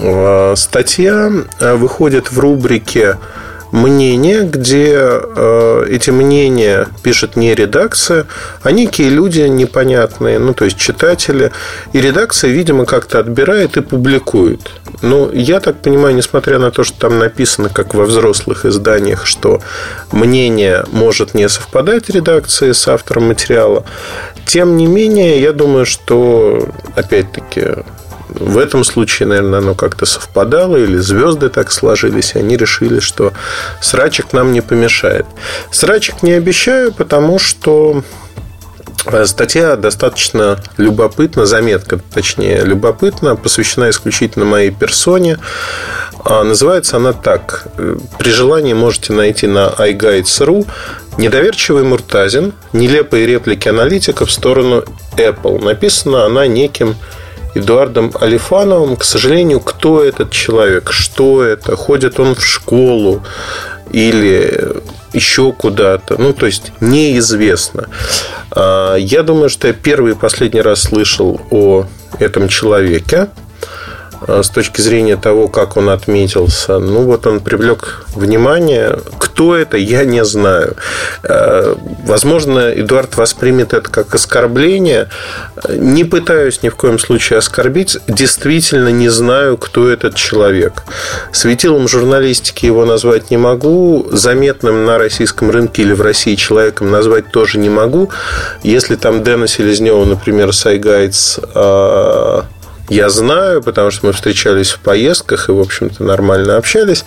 Статья выходит в рубрике «Мнения», где эти мнения пишет не редакция, а некие люди непонятные, то есть читатели. И редакция, видимо, как-то отбирает и публикует. Я так понимаю, несмотря на то, что там написано, как во взрослых изданиях, что мнение может не совпадать редакции с автором материала, тем не менее, я думаю, что, опять-таки, в этом случае, наверное, оно как-то совпадало, или звезды так сложились, и они решили, что срачик нам не помешает. Срачик не обещаю, потому что статья достаточно любопытна, заметка, точнее, любопытна, посвящена исключительно моей персоне. Называется она так. При желании можете найти на iGuides.ru. «Недоверчивый Муртазин. Нелепые реплики аналитиков в сторону Apple». Написана она неким Эдуардом Алифановым. К сожалению, кто этот человек, что это, ходит он в школу или еще куда-то, то есть неизвестно. Я думаю, что я первый и последний раз слышал о этом человеке с точки зрения того, как он отметился. Он привлек внимание. Кто это, я не знаю. Возможно, Эдуард воспримет это как оскорбление. Не пытаюсь ни в коем случае оскорбить. Действительно не знаю, кто этот человек. Светилом журналистики его назвать не могу. Заметным на российском рынке или в России человеком назвать тоже не могу. Если там Дэна Селезнева, например, с iGuides, я знаю, потому что мы встречались в поездках и, в общем-то, нормально общались.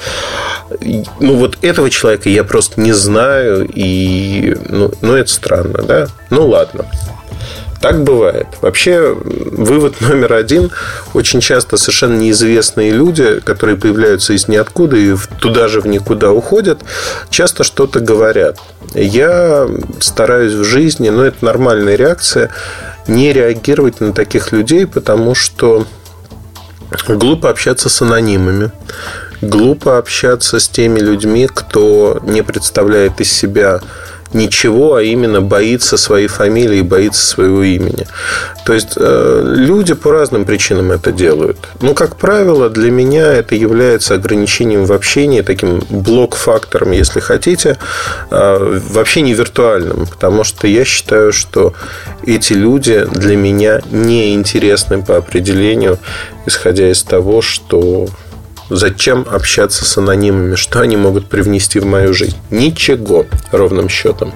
Вот этого человека я просто не знаю. И, это странно, да? Ладно. Так бывает. Вообще, вывод номер один. Очень часто совершенно неизвестные люди, которые появляются из ниоткуда и туда же в никуда уходят, часто что-то говорят. Я стараюсь в жизни, это нормальная реакция, не реагировать на таких людей, потому что глупо общаться с анонимами, глупо общаться с теми людьми, кто не представляет из себя ничего, а именно боится своей фамилии, боится своего имени. То есть люди по разным причинам это делают. Но, как правило, для меня это является ограничением в общении, таким блок-фактором, если хотите, вообще не виртуальным. Потому что я считаю, что эти люди для меня неинтересны по определению, исходя из того, что зачем общаться с анонимами, что они могут привнести в мою жизнь? Ничего, ровным счетом.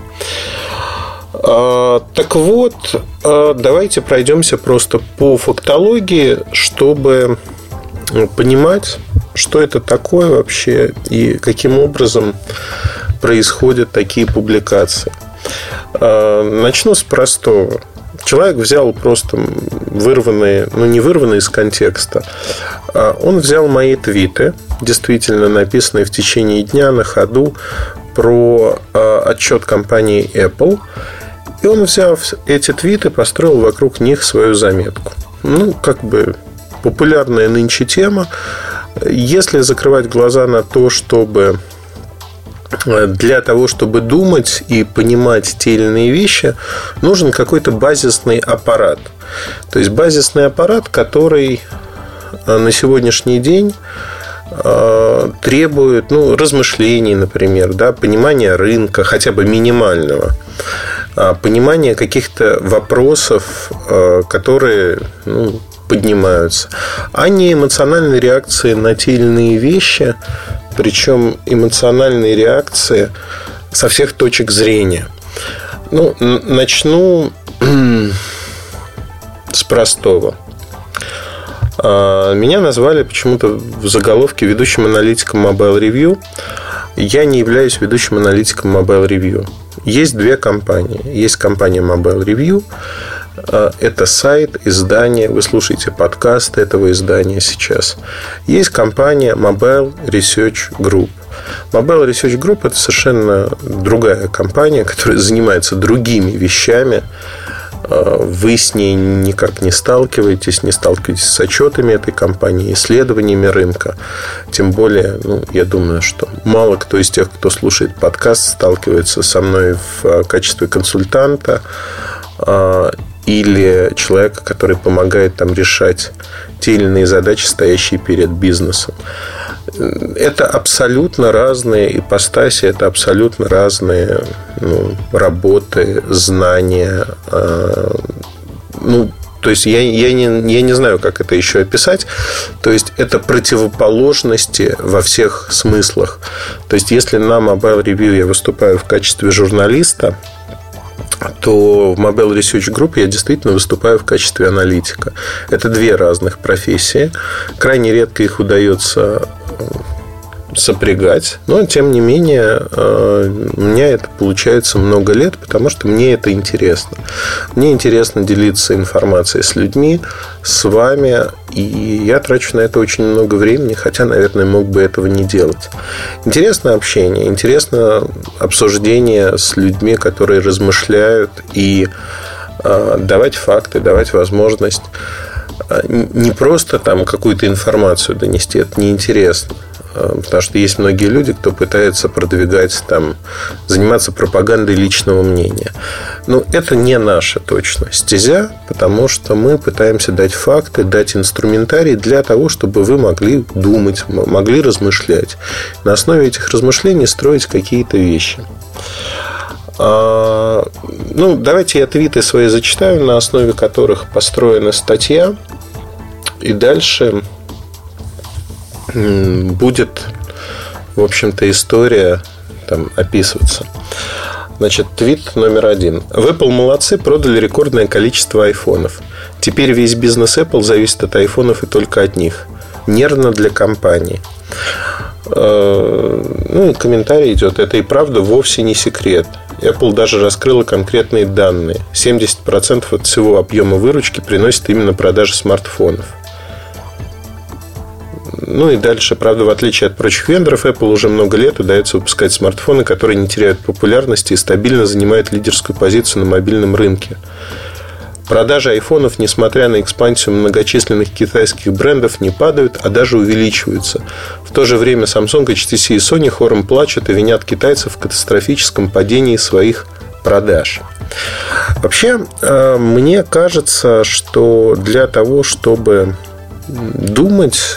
Так вот, давайте пройдемся просто по фактологии, чтобы понимать, что это такое вообще и каким образом происходят такие публикации. Начну с простого. Человек взял просто вырванные, не вырванные из контекста. Он взял мои твиты, действительно написанные в течение дня на ходу, про отчет компании Apple. И он, взяв эти твиты, построил вокруг них свою заметку. Популярная нынче тема. Если закрывать глаза на то, чтобы для того, чтобы думать и понимать те или иные вещи, нужен какой-то базисный аппарат. То есть базисный аппарат, который на сегодняшний день требует размышлений, например, понимания рынка, хотя бы минимального, понимания каких-то вопросов, которые поднимаются, а не эмоциональной реакции на те или иные вещи, причем эмоциональные реакции со всех точек зрения. Начну с простого. Меня назвали почему-то в заголовке ведущим аналитиком Mobile Review. Я не являюсь ведущим аналитиком Mobile Review. Есть две компании. Есть компания Mobile Review. Это сайт, издание. Вы слушаете подкаст этого издания сейчас. Есть компания Mobile Research Group. Mobile Research Group – это совершенно другая компания, которая занимается другими вещами. Вы с ней никак не сталкиваетесь с отчетами этой компании, исследованиями рынка. Тем более, я думаю, что мало кто из тех, кто слушает подкаст, сталкивается со мной в качестве консультанта или человека, который помогает решать те или иные задачи, стоящие перед бизнесом. Это абсолютно разные ипостаси, это абсолютно разные работы, знания. То есть я не знаю, как это еще описать. То есть это противоположности во всех смыслах. То есть если на Mobile Review я выступаю в качестве журналиста, то в Mobile Research Group я действительно выступаю в качестве аналитика. Это две разных профессии. Крайне редко их удается сопрягать. Но, тем не менее, у меня это получается много лет, потому что мне это интересно. Мне интересно делиться информацией с людьми, с вами. И я трачу на это очень много времени, хотя, наверное, мог бы этого не делать. Интересно общение, интересно обсуждение с людьми, которые размышляют, и давать факты, давать возможность не просто какую-то информацию донести. Это неинтересно. Потому что есть многие люди, кто пытается продвигать, заниматься пропагандой личного мнения. Но это не наша точно стезя, потому что мы пытаемся дать факты, дать инструментарий для того, чтобы вы могли думать, могли размышлять. На основе этих размышлений строить какие-то вещи. Давайте я твиты свои зачитаю, на основе которых построена статья. И дальше будет, в общем-то, история описываться. Значит, твит номер 1. В Apple молодцы, продали рекордное количество айфонов. Теперь весь бизнес Apple зависит от айфонов и только от них. Нервно для компании. И комментарий идет. Это и правда вовсе не секрет. Apple даже раскрыла конкретные данные. 70% от всего объема выручки приносит именно продажи смартфонов. И дальше, правда, в отличие от прочих вендоров, Apple уже много лет удается выпускать смартфоны, которые не теряют популярности и стабильно занимают лидерскую позицию на мобильном рынке. Продажи айфонов, несмотря на экспансию многочисленных китайских брендов, не падают, а даже увеличиваются. В то же время Samsung, HTC и Sony хором плачут и винят китайцев в катастрофическом падении своих продаж. Вообще, мне кажется, что для того, чтобы думать,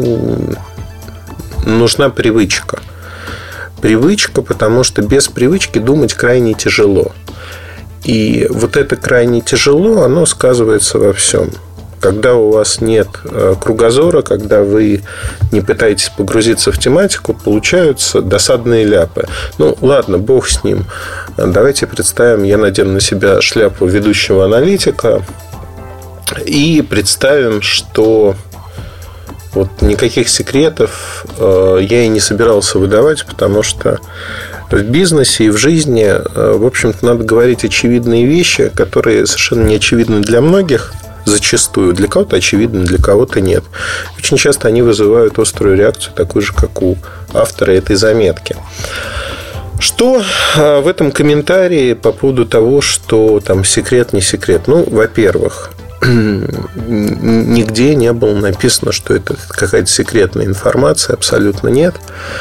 нужна привычка. Привычка, потому что без привычки думать крайне тяжело. И вот это крайне тяжело, оно сказывается во всем. Когда у вас нет кругозора, когда вы не пытаетесь погрузиться в тематику, получаются досадные ляпы. Ладно, бог с ним. Давайте представим, я надену на себя шляпу ведущего аналитика и представим, что вот никаких секретов я и не собирался выдавать, потому что в бизнесе и в жизни, в общем-то, надо говорить очевидные вещи, которые совершенно не очевидны для многих, зачастую. Для кого-то очевидны, для кого-то нет. Очень часто они вызывают острую реакцию, такую же, как у автора этой заметки. Что в этом комментарии по поводу того, что там секрет, не секрет? Во-первых, нигде не было написано, что это какая-то секретная информация, абсолютно нет.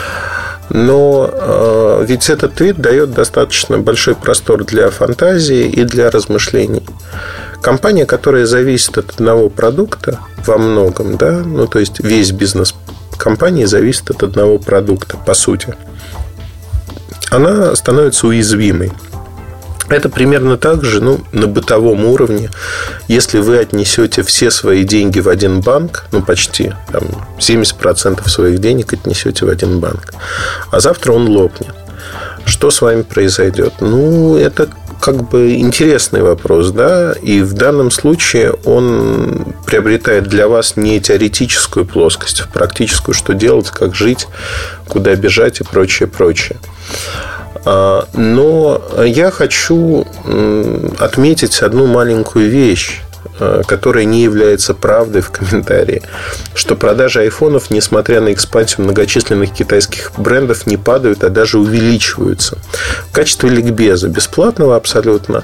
Но ведь этот твит дает достаточно большой простор для фантазии и для размышлений. Компания, которая зависит от одного продукта во многом, да, то есть весь бизнес компании зависит от одного продукта, по сути, она становится уязвимой. Это примерно так же, на бытовом уровне. Если вы отнесете все свои деньги в один банк, почти 70% своих денег отнесете в один банк, а завтра он лопнет, что с вами произойдет? Это интересный вопрос, да, и в данном случае он приобретает для вас не теоретическую плоскость, а практическую, что делать, как жить, куда бежать и прочее. Но я хочу отметить одну маленькую вещь, которая не является правдой в комментарии, что продажи айфонов, несмотря на экспансию многочисленных китайских брендов, не падают, а даже увеличиваются. В качестве ликбеза, бесплатного абсолютно,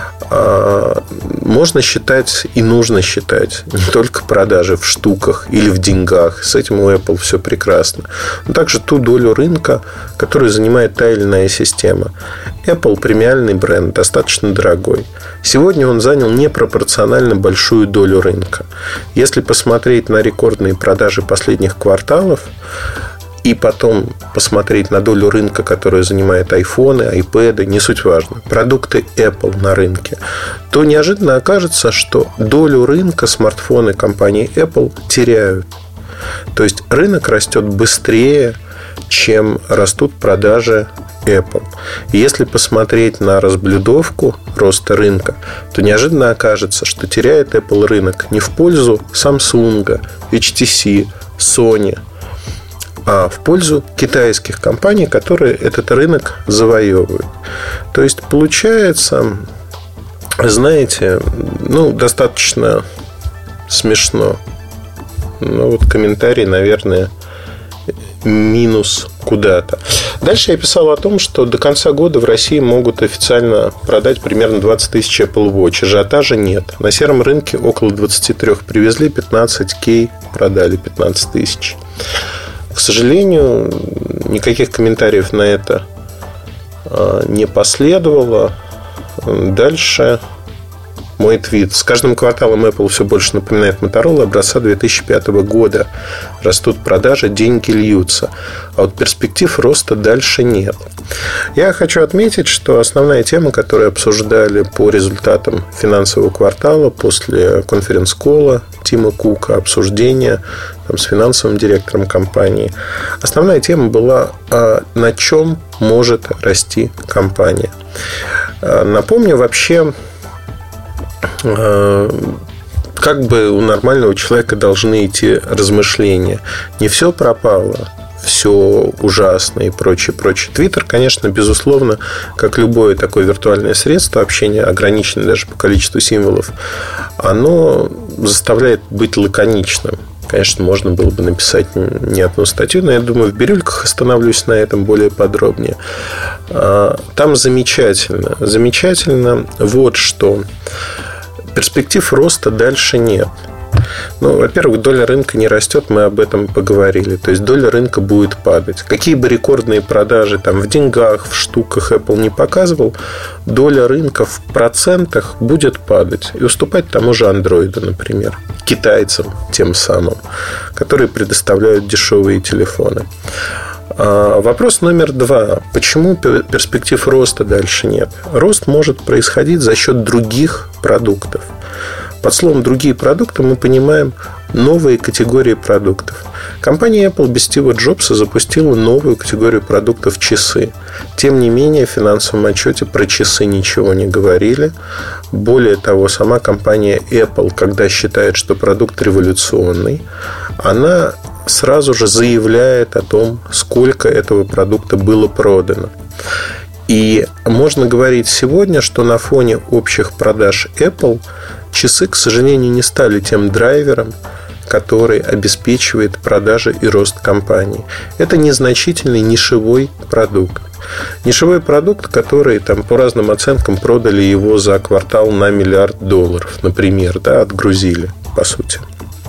можно считать и нужно считать не только продажи в штуках или в деньгах. С этим у Apple все прекрасно. Но также ту долю рынка, которую занимает та или иная система. Apple премиальный бренд, достаточно дорогой. Сегодня он занял непропорционально большую долю рынка. Если посмотреть на рекордные продажи последних кварталов и потом посмотреть на долю рынка, которую занимают айфоны, айпэды, не суть важно, продукты Apple на рынке, то неожиданно окажется, что долю рынка смартфоны компании Apple теряют. То есть рынок растет быстрее, чем растут продажи Apple. И если посмотреть на разблюдовку роста рынка, то неожиданно окажется, что теряет Apple рынок не в пользу Samsung, HTC, Sony, а в пользу китайских компаний, которые этот рынок завоевывают. То есть получается, знаете, достаточно смешно. Комментарий, наверное, минус куда-то. Дальше я писал о том, что до конца года в России могут официально продать примерно 20 тысяч Apple Watch. Ажиотажа нет. На сером рынке около 23 привезли, 15K продали, 15 тысяч. К сожалению, никаких комментариев на это не последовало. Дальше мой твит. С каждым кварталом Apple все больше напоминает Motorola образца 2005 года. Растут продажи, деньги льются. А вот перспектив роста дальше нет. Я хочу отметить, что основная тема, которую обсуждали по результатам финансового квартала после конференц-колла Тима Кука, обсуждения с финансовым директором компании, основная тема была, на чем может расти компания. Напомню, вообще, как бы у нормального человека должны идти размышления. Не все пропало, все ужасно и прочее. Твиттер, конечно, безусловно, как любое такое виртуальное средство общения, ограниченное даже по количеству символов, оно заставляет быть лаконичным. Конечно, можно было бы написать не одну статью, но я думаю, в бирюльках остановлюсь на этом более подробнее. Там замечательно вот что. перспектив роста дальше нет. Ну, во-первых, доля рынка не растет, мы об этом поговорили. То есть доля рынка будет падать. Какие бы рекордные продажи там в деньгах, в штуках Apple не показывал, доля рынка в процентах будет падать и уступать тому же Android, например, китайцам тем самым, которые предоставляют дешевые телефоны. Вопрос номер 2. Почему перспектив роста дальше нет? Рост может происходить за счет других продуктов. Под словом «другие продукты» мы понимаем новые категории продуктов. Компания Apple без Стива Джобса запустила новую категорию продуктов – часы. Тем не менее, в финансовом отчете про часы ничего не говорили. Более того, сама компания Apple, когда считает, что продукт революционный, она сразу же заявляет о том, сколько этого продукта было продано. И можно говорить сегодня, что на фоне общих продаж Apple часы, к сожалению, не стали тем драйвером, который обеспечивает продажи и рост компании. Это незначительный нишевой продукт. Нишевой продукт, который там, по разным оценкам продали его за квартал на $1 миллиард, например, да, отгрузили, по сути.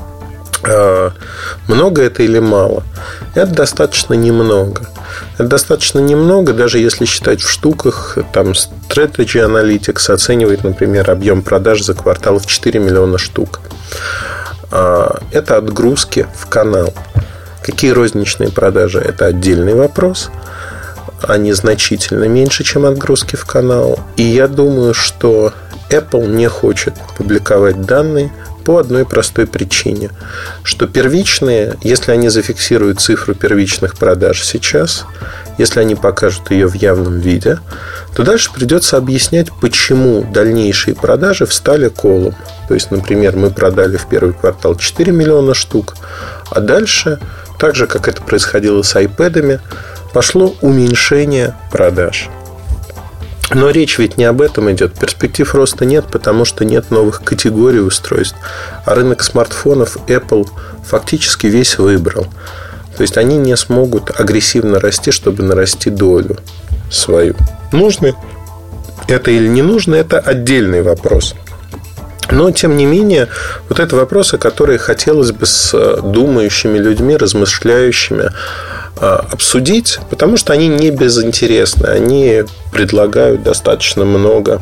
Много это или мало? Это достаточно немного. Это достаточно немного, даже если считать в штуках. Там Strategy Analytics оценивает, например, объем продаж за квартал в 4 миллиона штук. Это отгрузки в канал. Какие розничные продажи? Это отдельный вопрос. Они значительно меньше, чем отгрузки в канал. И я думаю, что Apple не хочет публиковать данные по одной простой причине, что первичные, если они зафиксируют цифру первичных продаж сейчас, если они покажут ее в явном виде, то дальше придется объяснять, почему дальнейшие продажи встали колом. То есть, например, мы продали в первый квартал 4 миллиона штук, а дальше, так же, как это происходило с iPad'ами, пошло уменьшение продаж. Но речь ведь не об этом идет. Перспектив роста нет, потому что нет новых категорий устройств. А рынок смартфонов Apple фактически весь выбрал. То есть они не смогут агрессивно расти, чтобы нарасти долю свою. Нужно это или не нужно, это отдельный вопрос. Но, тем не менее, вот это вопросы, которые хотелось бы с думающими людьми, размышляющими обсудить, потому что они не безинтересны. Они предлагают достаточно много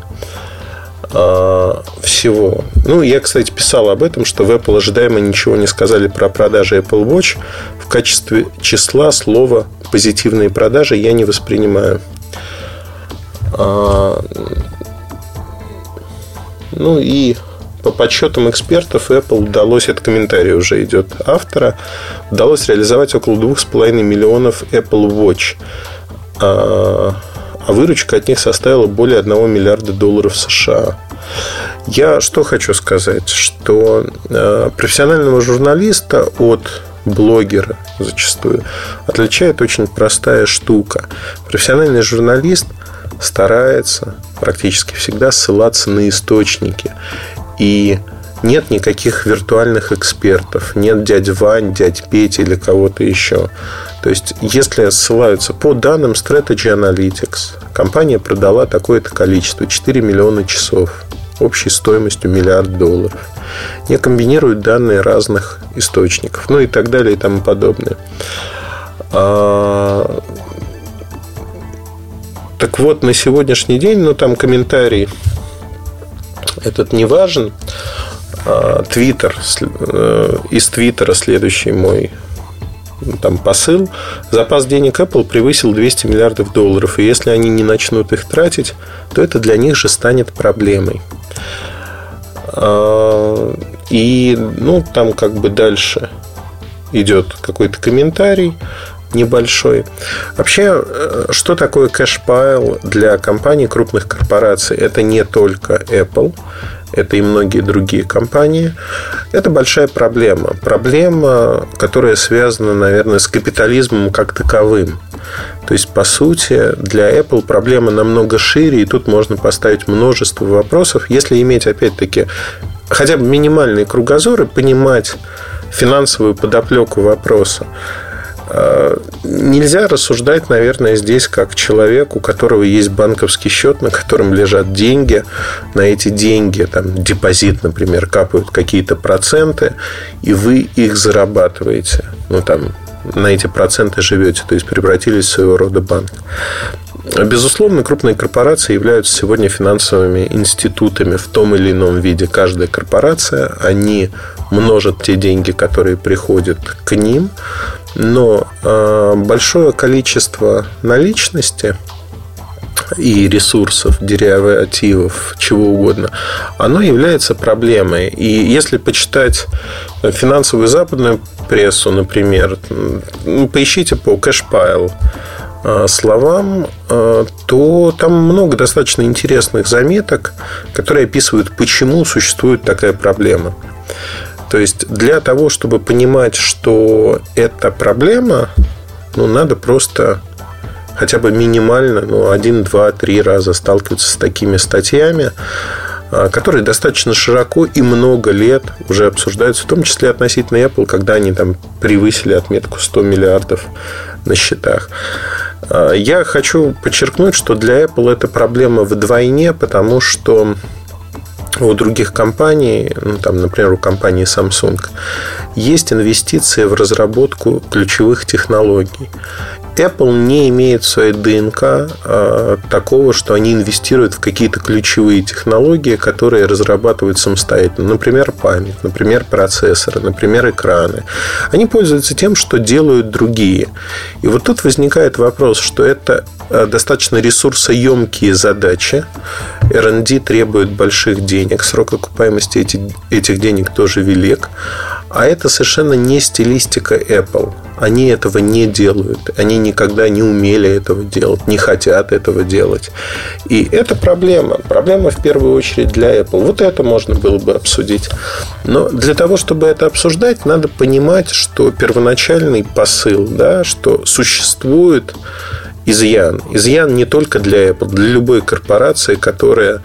всего. Ну, я, кстати, писал об этом, что в Apple ожидаемо ничего не сказали про продажи Apple Watch. В качестве числа слова «позитивные продажи» я не воспринимаю. Ну и по подсчетам экспертов Apple удалось, это комментарий уже идет автора, удалось реализовать около 2,5 миллионов Apple Watch, а выручка от них составила более $1 миллиарда США. Я что хочу сказать, что профессионального журналиста от блогера зачастую отличает очень простая штука. Профессиональный журналист старается практически всегда ссылаться на источники. И нет никаких виртуальных экспертов. Нет дядь Вань, дядь Петя или кого-то еще. То есть, если ссылаются по данным Strategy Analytics, компания продала такое-то количество, 4 миллиона часов, общей стоимостью $1 миллиард. Не комбинируют данные разных источников. Ну и так далее и тому подобное. Так вот, на сегодняшний день, там комментарий этот не важен. Твиттер, из Твиттера следующий мой там посыл. Запас денег Apple превысил $200 миллиардов. И если они не начнут их тратить, то это для них же станет проблемой. И, там как бы дальше идет какой-то комментарий небольшой. Вообще, что такое кэш-пайл для компаний, крупных корпораций? Это не только Apple, это и многие другие компании. Это большая проблема. Проблема, которая связана, наверное, с капитализмом как таковым. То есть, по сути, для Apple проблема намного шире, и тут можно поставить множество вопросов. Если иметь, опять-таки, хотя бы минимальный кругозор и понимать финансовую подоплеку вопроса. Нельзя рассуждать, наверное, здесь как человек, у которого есть банковский счет, на котором лежат деньги. На эти деньги, там, депозит, например, капают какие-то проценты, и вы их зарабатываете. Ну, там, на эти проценты живете, то есть превратились в своего рода банк. Безусловно, крупные корпорации являются сегодня финансовыми институтами в том или ином виде. Каждая корпорация, они множат те деньги, которые приходят к ним, но большое количество наличности и ресурсов, деривативов, чего угодно, оно является проблемой. И если почитать финансовую западную прессу, например, поищите по Cashpile словам, то там много достаточно интересных заметок, которые описывают, почему существует такая проблема. То есть для того, чтобы понимать, что это проблема, надо просто хотя бы минимально 1, 2, 3 раза сталкиваться с такими статьями, которые достаточно широко и много лет уже обсуждаются, в том числе относительно Apple, когда они там превысили отметку 100 миллиардов на счетах. Я хочу подчеркнуть, что для Apple это проблема вдвойне, потому что у других компаний, например, у компании Samsung, есть инвестиции в разработку ключевых технологий. Apple не имеет в своей ДНК такого, что они инвестируют в какие-то ключевые технологии, которые разрабатывают самостоятельно. Например, память, например, процессоры, например, экраны. Они пользуются тем, что делают другие. И вот тут возникает вопрос, что это достаточно ресурсоемкие задачи. R&D требует больших денег. Срок окупаемости этих денег тоже велик. А это совершенно не стилистика Apple. Они этого не делают. Они никогда не умели этого делать, не хотят этого делать. И это проблема. Проблема в первую очередь для Apple. Вот это можно было бы обсудить. Но для того, чтобы это обсуждать, надо понимать, что первоначальный посыл, что существует изъян. Изъян не только для Apple, для любой корпорации, которая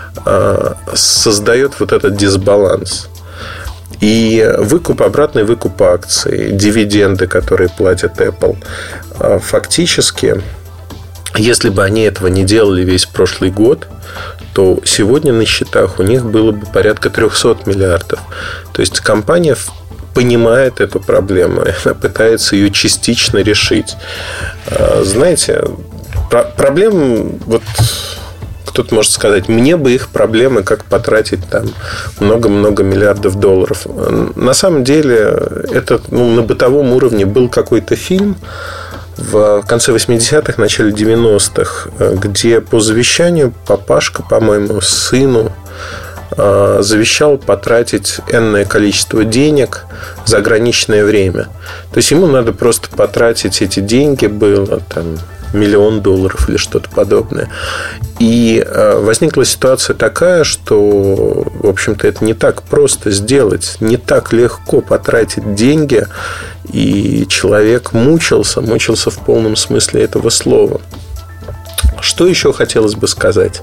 создает вот этот дисбаланс. И обратный выкуп акций, дивиденды, которые платят Apple, фактически, если бы они этого не делали весь прошлый год, то сегодня на счетах у них было бы порядка 300 миллиардов. То есть компания понимает эту проблему, она пытается ее частично решить. Знаете, проблем кто-то может сказать, мне бы их проблемы, как потратить там много-много миллиардов долларов. На самом деле, это на бытовом уровне был какой-то фильм в конце 80-х, начале 90-х, где по завещанию папашка, по-моему, сыну завещал потратить энное количество денег за ограниченное время. То есть ему надо просто потратить эти деньги, было там $1 миллион или что-то подобное. И возникла ситуация такая, что, в общем-то, это не так просто сделать, не так легко потратить деньги, и человек мучился в полном смысле этого слова. Что еще хотелось бы сказать?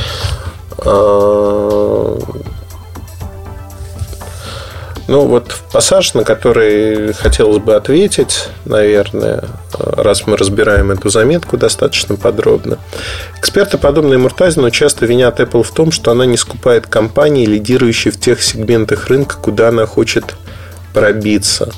Пассаж, на который хотелось бы ответить, наверное, раз мы разбираем эту заметку достаточно подробно. Эксперты, подобные Муртазину, часто винят Apple в том, что она не скупает компании, лидирующие в тех сегментах рынка, куда она хочет пробиться.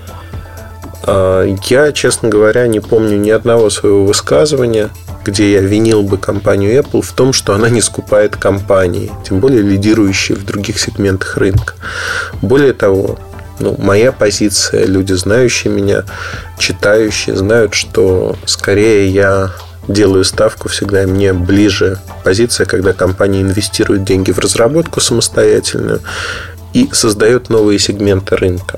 Я, честно говоря, не помню ни одного своего высказывания, где я винил бы компанию Apple в том, что она не скупает компании, тем более лидирующие в других сегментах рынка. Более того, моя позиция, люди, знающие меня, читающие, знают, что скорее я делаю ставку всегда, и мне ближе позиция, когда компания инвестирует деньги в разработку самостоятельную и создает новые сегменты рынка.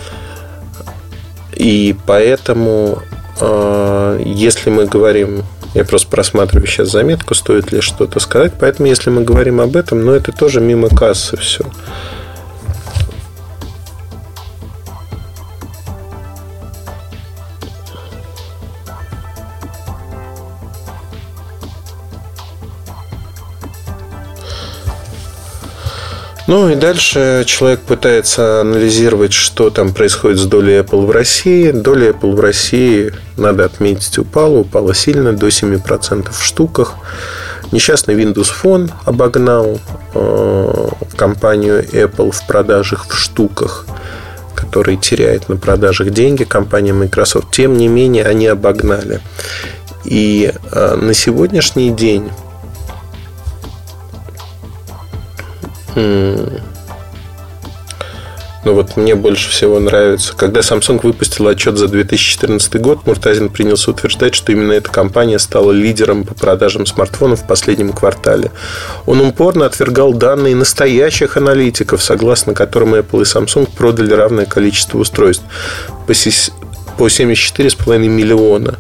И поэтому, если мы говорим... Я просто просматриваю сейчас заметку, стоит ли что-то сказать. Поэтому, если мы говорим об этом, это тоже мимо кассы все. Ну и дальше человек пытается анализировать, что там происходит с долей Apple в России. Доля Apple в России, надо отметить, упала сильно, до 7% в штуках. Несчастный Windows Phone обогнал компанию Apple в продажах в штуках, который теряет на продажах деньги, компания Microsoft. Тем не менее, они обогнали. И на сегодняшний день ну вот мне больше всего нравится, когда Samsung выпустил отчет за 2014 год, Муртазин принялся утверждать, что именно эта компания стала лидером по продажам смартфонов в последнем квартале. Он упорно отвергал данные настоящих аналитиков, согласно которым Apple и Samsung продали равное количество устройств по 74,5 миллиона.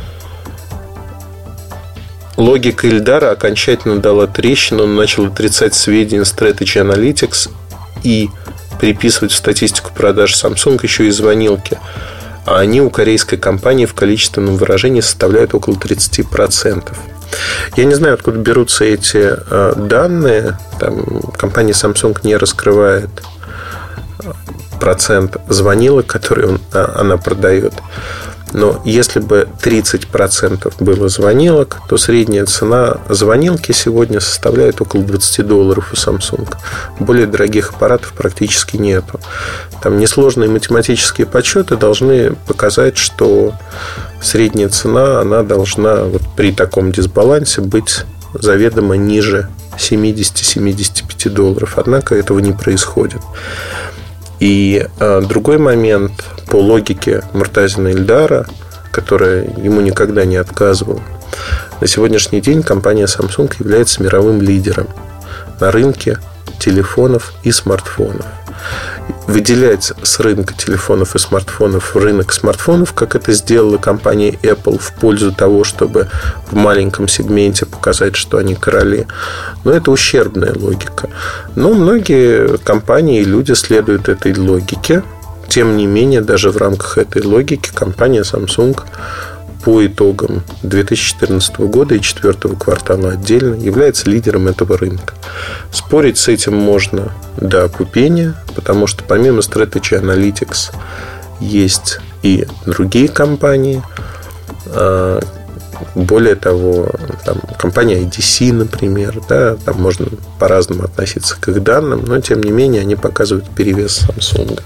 Логика Ильдара окончательно дала трещину. Он начал отрицать сведения Strategy Analytics и приписывать в статистику продаж Samsung еще и звонилки. А они у корейской компании в количественном выражении составляют около 30%. Я не знаю, откуда берутся эти данные. Там компания Samsung не раскрывает процент звонилок, которые она продает. Но если бы 30% было звонилок, то средняя цена звонилки сегодня составляет около $20 у Samsung. Более дорогих аппаратов практически нету. Там несложные математические подсчеты должны показать, что средняя цена она должна вот при таком дисбалансе быть заведомо ниже $70-75. Однако этого не происходит. И другой момент, по логике Муртазина Ильдара, которая ему никогда не отказывала, на сегодняшний день компания Samsung является мировым лидером на рынке телефонов и смартфонов. Выделять с рынка телефонов и смартфонов рынок смартфонов, как это сделала компания Apple в пользу того, чтобы в маленьком сегменте показать, что они короли, но это ущербная логика. Но многие компании и люди следуют этой логике. Тем не менее, даже в рамках этой логики компания Samsung по итогам 2014 года и 4 квартала отдельно является лидером этого рынка. Спорить с этим можно до опупения, потому что помимо Strategy Analytics есть и другие компании. Более того, там, компания IDC, например, да, там можно по-разному относиться к их данным, но тем не менее они показывают перевес Samsung.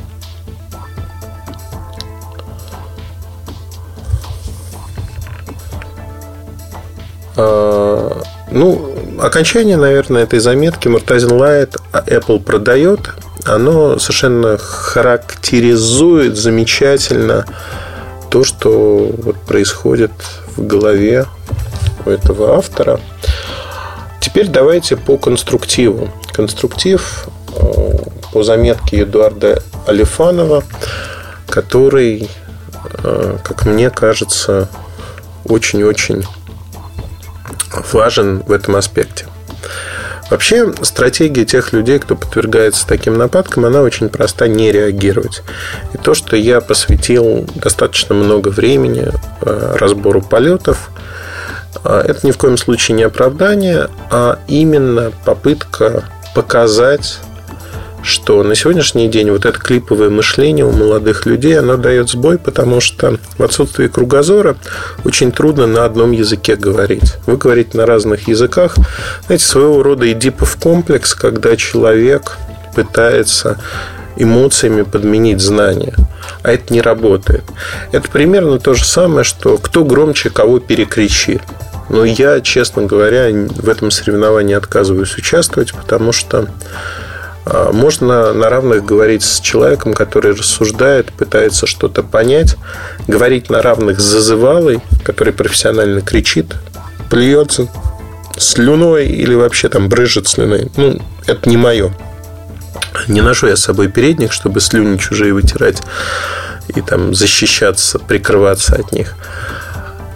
Ну, окончание, наверное, этой заметки Муртазин лает, а Apple продает. Оно совершенно характеризует замечательно то, что вот происходит в голове у этого автора. Теперь давайте по конструктиву. Конструктив по заметке Эдуарда Алифанова, который, как мне кажется, очень-очень важен в этом аспекте. Вообще, стратегия тех людей, кто подвергается таким нападкам, она очень проста: не реагировать. И то, что я посвятил достаточно много времени разбору полетов, это ни в коем случае не оправдание, а именно попытка показать, что на сегодняшний день вот это клиповое мышление у молодых людей, оно дает сбой, потому что в отсутствии кругозора очень трудно на одном языке говорить. Вы говорите на разных языках. Знаете, своего рода эдипов комплекс, когда человек пытается эмоциями подменить знания, а это не работает. Это примерно то же самое, что кто громче кого перекричит. Но я, честно говоря, в этом соревновании отказываюсь участвовать, потому что можно на равных говорить с человеком, который рассуждает, пытается что-то понять. Говорить на равных с зазывалой, который профессионально кричит, плюется слюной или вообще там брызжет слюной. Ну, это не мое. Не ношу я с собой передник, чтобы слюни чужие вытирать и там защищаться, прикрываться от них.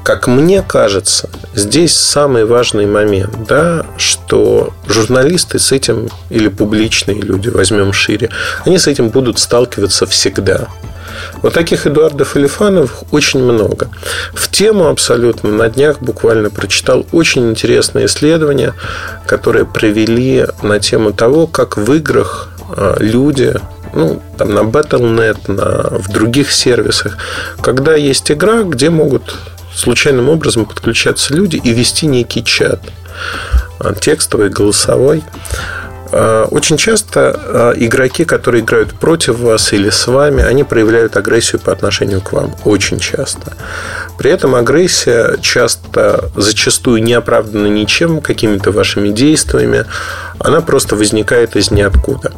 как мне кажется, здесь самый важный момент, да, что журналисты с этим, или публичные люди, возьмем шире, они с этим будут сталкиваться всегда. Вот таких Эдуардов и Лифановых очень много. В тему абсолютно на днях буквально прочитал очень интересное исследование, которое провели на тему того, как в играх люди, там на Battle.net, в других сервисах, когда есть игра, где могут случайным образом подключаться люди и вести некий чат, текстовый, голосовой. Очень часто игроки, которые играют против вас или с вами, они проявляют агрессию по отношению к вам. Очень часто. При этом агрессия зачастую не оправдана ничем, какими-то вашими действиями. Она просто возникает из ниоткуда.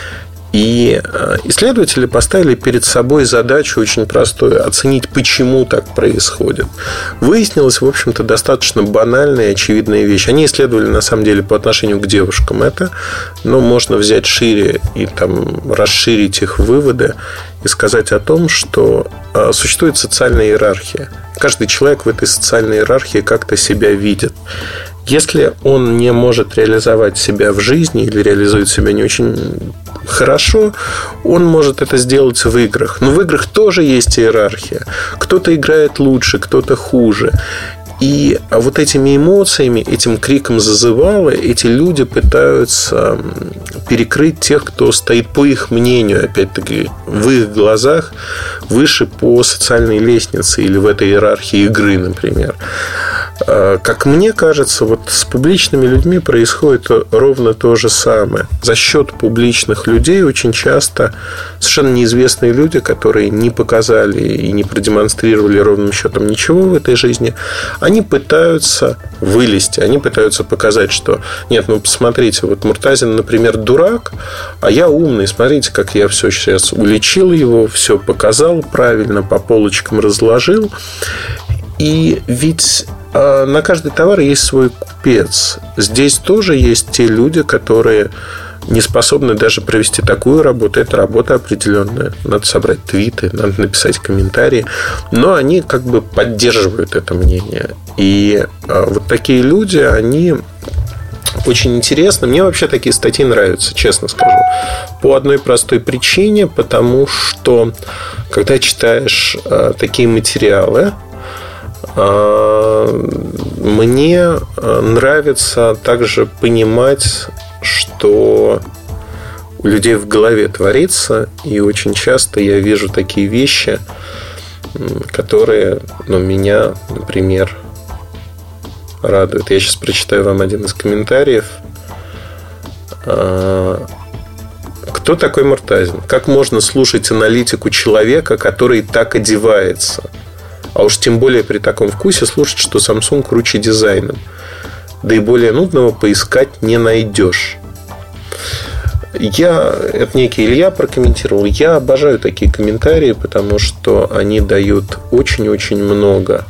И исследователи поставили перед собой задачу очень простую – оценить, почему так происходит. Выяснилась, в общем-то, достаточно банальная и очевидная вещь. Они исследовали, на самом деле, по отношению к девушкам это, но можно взять шире и расширить их выводы и сказать о том, что существует социальная иерархия. Каждый человек в этой социальной иерархии как-то себя видит. Если он не может реализовать себя в жизни или реализует себя не очень хорошо, он может это сделать в играх. Но в играх тоже есть иерархия. Кто-то играет лучше, кто-то хуже. И вот этими эмоциями, этим криком зазывалы, эти люди пытаются перекрыть тех, кто стоит, по их мнению, опять-таки, в их глазах выше по социальной лестнице или в этой иерархии игры, например. Как мне кажется, вот с публичными людьми происходит ровно то же самое. За счет публичных людей очень часто совершенно неизвестные люди, которые не показали и не продемонстрировали ровным счетом ничего в этой жизни, они пытаются вылезти, они пытаются показать, что нет, посмотрите, вот Муртазин, например, дурак, а я умный, смотрите, как я все сейчас уличил его, все показал правильно, по полочкам разложил. И ведь на каждый товар есть свой купец. Здесь тоже есть те люди, которые не способны даже провести такую работу. Это работа определенная. Надо собрать твиты, надо написать комментарии. Но они как бы поддерживают это мнение. И вот такие люди, они очень интересны. Мне вообще такие статьи нравятся, честно скажу. По одной простой причине. Потому что, когда читаешь такие материалы, мне нравится также понимать, что у людей в голове творится. И очень часто я вижу такие вещи, которые меня, например, радуют. Я сейчас прочитаю вам один из комментариев. Кто такой Муртазин? Как можно слушать аналитику человека, который так одевается? А уж тем более при таком вкусе слушать, что Samsung круче дизайном. Да и более нудного поискать не найдешь. Это некий Илья прокомментировал. Я обожаю такие комментарии, потому что они дают очень-очень много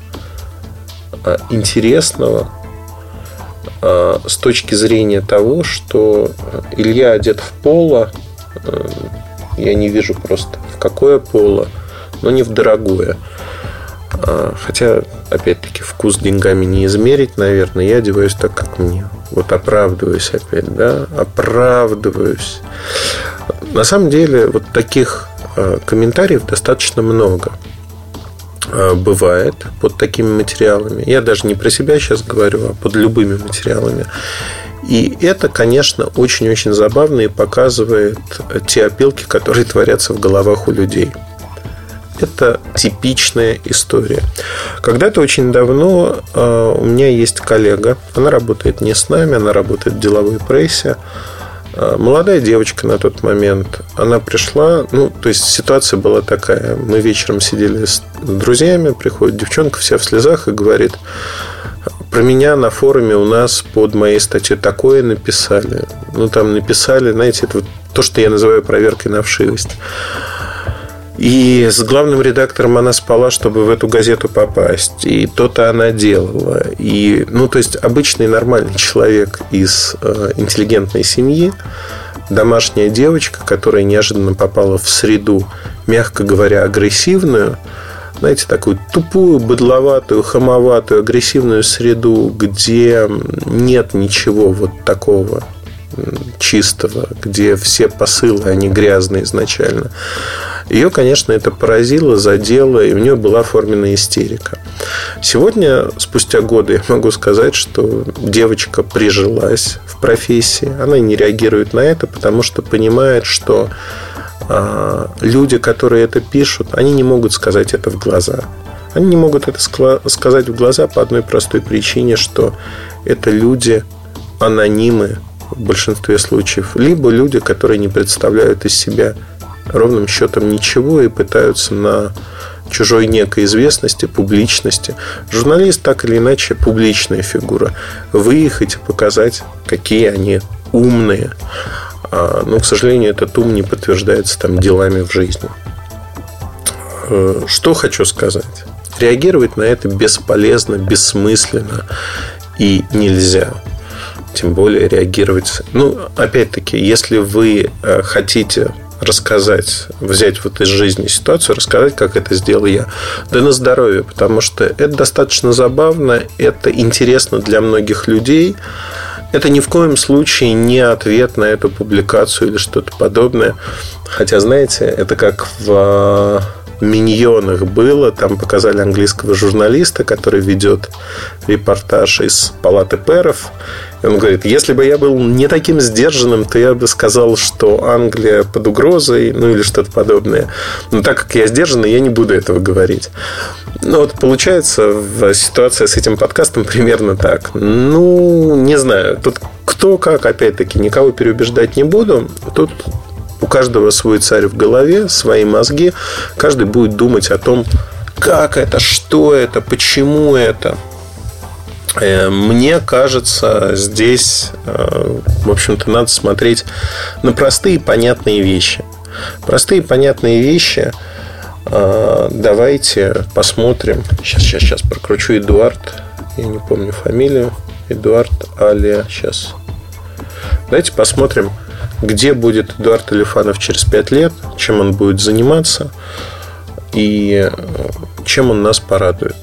интересного с точки зрения того, что Илья одет в поло. Я не вижу просто в какое поло, но не в дорогое. Хотя, опять-таки, вкус деньгами не измерить, наверное. Я одеваюсь так, как мне. Вот оправдываюсь опять, да? Оправдываюсь. На самом деле, вот таких комментариев достаточно много бывает под такими материалами. Я даже не про себя сейчас говорю, а под любыми материалами. И это, конечно, очень-очень забавно и показывает те опилки, которые творятся в головах у людей. Это типичная история. Когда-то очень давно у меня есть коллега. Она работает не с нами, она работает в деловой прессе. Молодая девочка на тот момент. Она пришла, то есть ситуация была такая. Мы вечером сидели с друзьями, приходит девчонка вся в слезах и говорит: про меня на форуме у нас под моей статьей такое написали. Там написали, знаете, это вот то, что я называю проверкой на вшивость. И с главным редактором она спала, чтобы в эту газету попасть. И то-то она делала. И, то есть, обычный нормальный человек из интеллигентной семьи, домашняя девочка, которая неожиданно попала в среду, мягко говоря, агрессивную, знаете, такую тупую, быдловатую, хамоватую, агрессивную среду, где нет ничего вот такого чистого, где все посылы, они грязные изначально. Ее, конечно, это поразило, задело, и у нее была оформлена истерика. Сегодня, спустя годы, я могу сказать, что девочка прижилась в профессии. Она не реагирует на это, потому что понимает, что люди, которые это пишут, они не могут сказать это в глаза. Они не могут это сказать в глаза по одной простой причине, что это люди, анонимы в большинстве случаев, либо люди, которые не представляют из себя ровным счетом ничего и пытаются на чужой некой известности, публичности. Журналист так или иначе публичная фигура. Выехать и показать, какие они умные. Но, к сожалению, этот ум не подтверждается там делами в жизни. Что хочу сказать. Реагировать на это бесполезно, бессмысленно и нельзя. Тем более реагировать. Опять-таки, если вы хотите рассказать, взять вот из жизни ситуацию, рассказать, как это сделал я, да на здоровье, потому что это достаточно забавно, это интересно для многих людей. Это ни в коем случае не ответ на эту публикацию или что-то подобное. Хотя, знаете, это как в «Миньонах» было. Там показали английского журналиста, который ведет репортаж из палаты пэров. И он говорит: если бы я был не таким сдержанным, то я бы сказал, что Англия под угрозой, или что-то подобное. Но так как я сдержанный, я не буду этого говорить. Получается, ситуация с этим подкастом примерно так. Не знаю. Тут кто как, опять-таки, никого переубеждать не буду. Тут у каждого свой царь в голове, свои мозги. Каждый будет думать о том, как это, что это, почему это. Мне кажется, здесь, в общем-то, надо смотреть на простые понятные вещи. Простые понятные вещи. Давайте посмотрим. Сейчас прокручу. Эдуард. Я не помню фамилию. Эдуард Алия. Сейчас. Давайте посмотрим, где будет Эдуард Алифанов через 5 лет, чем он будет заниматься и чем он нас порадует.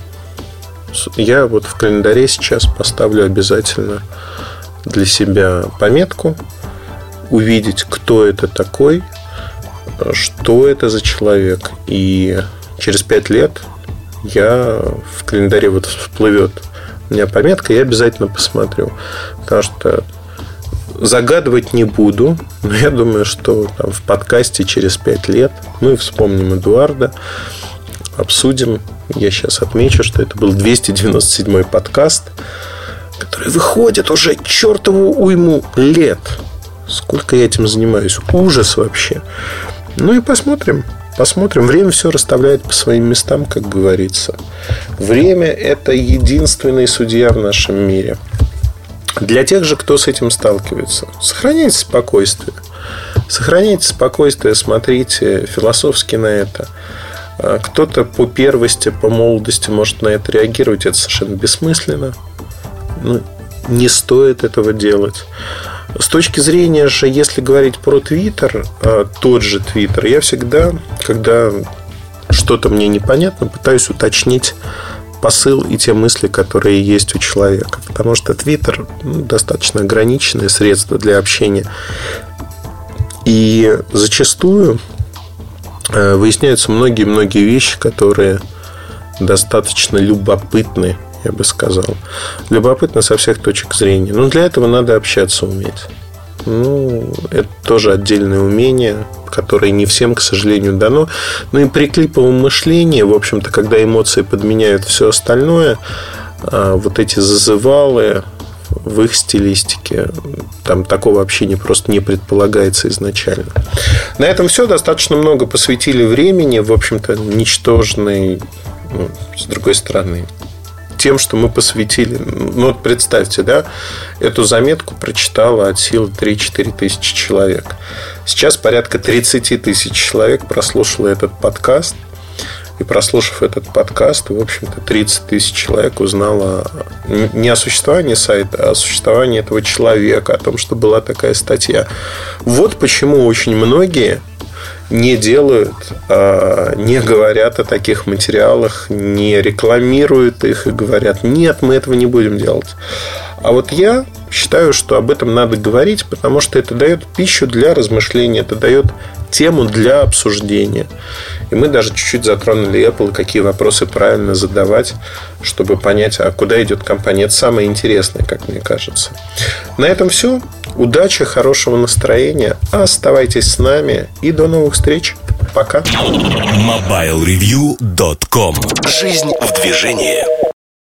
Я вот в календаре сейчас поставлю обязательно для себя пометку: увидеть, кто это такой, что это за человек. И через 5 лет в календаре всплывет у меня пометка, я обязательно посмотрю. Потому что загадывать не буду, но я думаю, что в подкасте через 5 лет мы вспомним Эдуарда, обсудим. Я сейчас отмечу, что это был 297-й подкаст, который выходит уже чертову уйму лет. Сколько я этим занимаюсь? Ужас вообще. И посмотрим. Время все расставляет по своим местам, как говорится. Время – это единственный судья в нашем мире. Для тех же, кто с этим сталкивается, сохраняйте спокойствие. Сохраняйте спокойствие, смотрите философски на это. Кто-то по первости, по молодости может на это реагировать. Это совершенно бессмысленно. Не стоит этого делать. С точки зрения же, если говорить про Твиттер, тот же Твиттер, я всегда, когда что-то мне непонятно, пытаюсь уточнить посыл и те мысли, которые есть у человека. Потому что Твиттер достаточно ограниченное средство для общения. И зачастую выясняются многие-многие вещи, которые достаточно любопытны, я бы сказал. Любопытно со всех точек зрения. Но для этого надо общаться уметь. Это тоже отдельное умение, которое не всем, к сожалению, дано. И при клиповом мышлении, в общем-то, когда эмоции подменяют все остальное, вот эти зазывалы в их стилистике, там такого общения просто не предполагается изначально. На этом все. Достаточно много посвятили времени, в общем-то, ничтожной, с другой стороны, тем, что мы посвятили. Представьте, да, эту заметку прочитало от силы 3-4 тысячи человек. Сейчас порядка 30 тысяч человек прослушало этот подкаст. И прослушав этот подкаст, в общем-то, 30 тысяч человек узнало не о существовании сайта, а о существовании этого человека, о том, что была такая статья. Вот почему очень многие не делают, не говорят о таких материалах, не рекламируют их и говорят: нет, мы этого не будем делать. А вот я считаю, что об этом надо говорить, потому что это дает пищу для размышления, это дает тему для обсуждения. И мы даже чуть-чуть затронули Apple, какие вопросы правильно задавать, чтобы понять, а куда идет компания. Это самое интересное, как мне кажется. На этом все. Удачи, хорошего настроения. Оставайтесь с нами и до новых встреч. Пока. MobileReview.com. Жизнь в движении.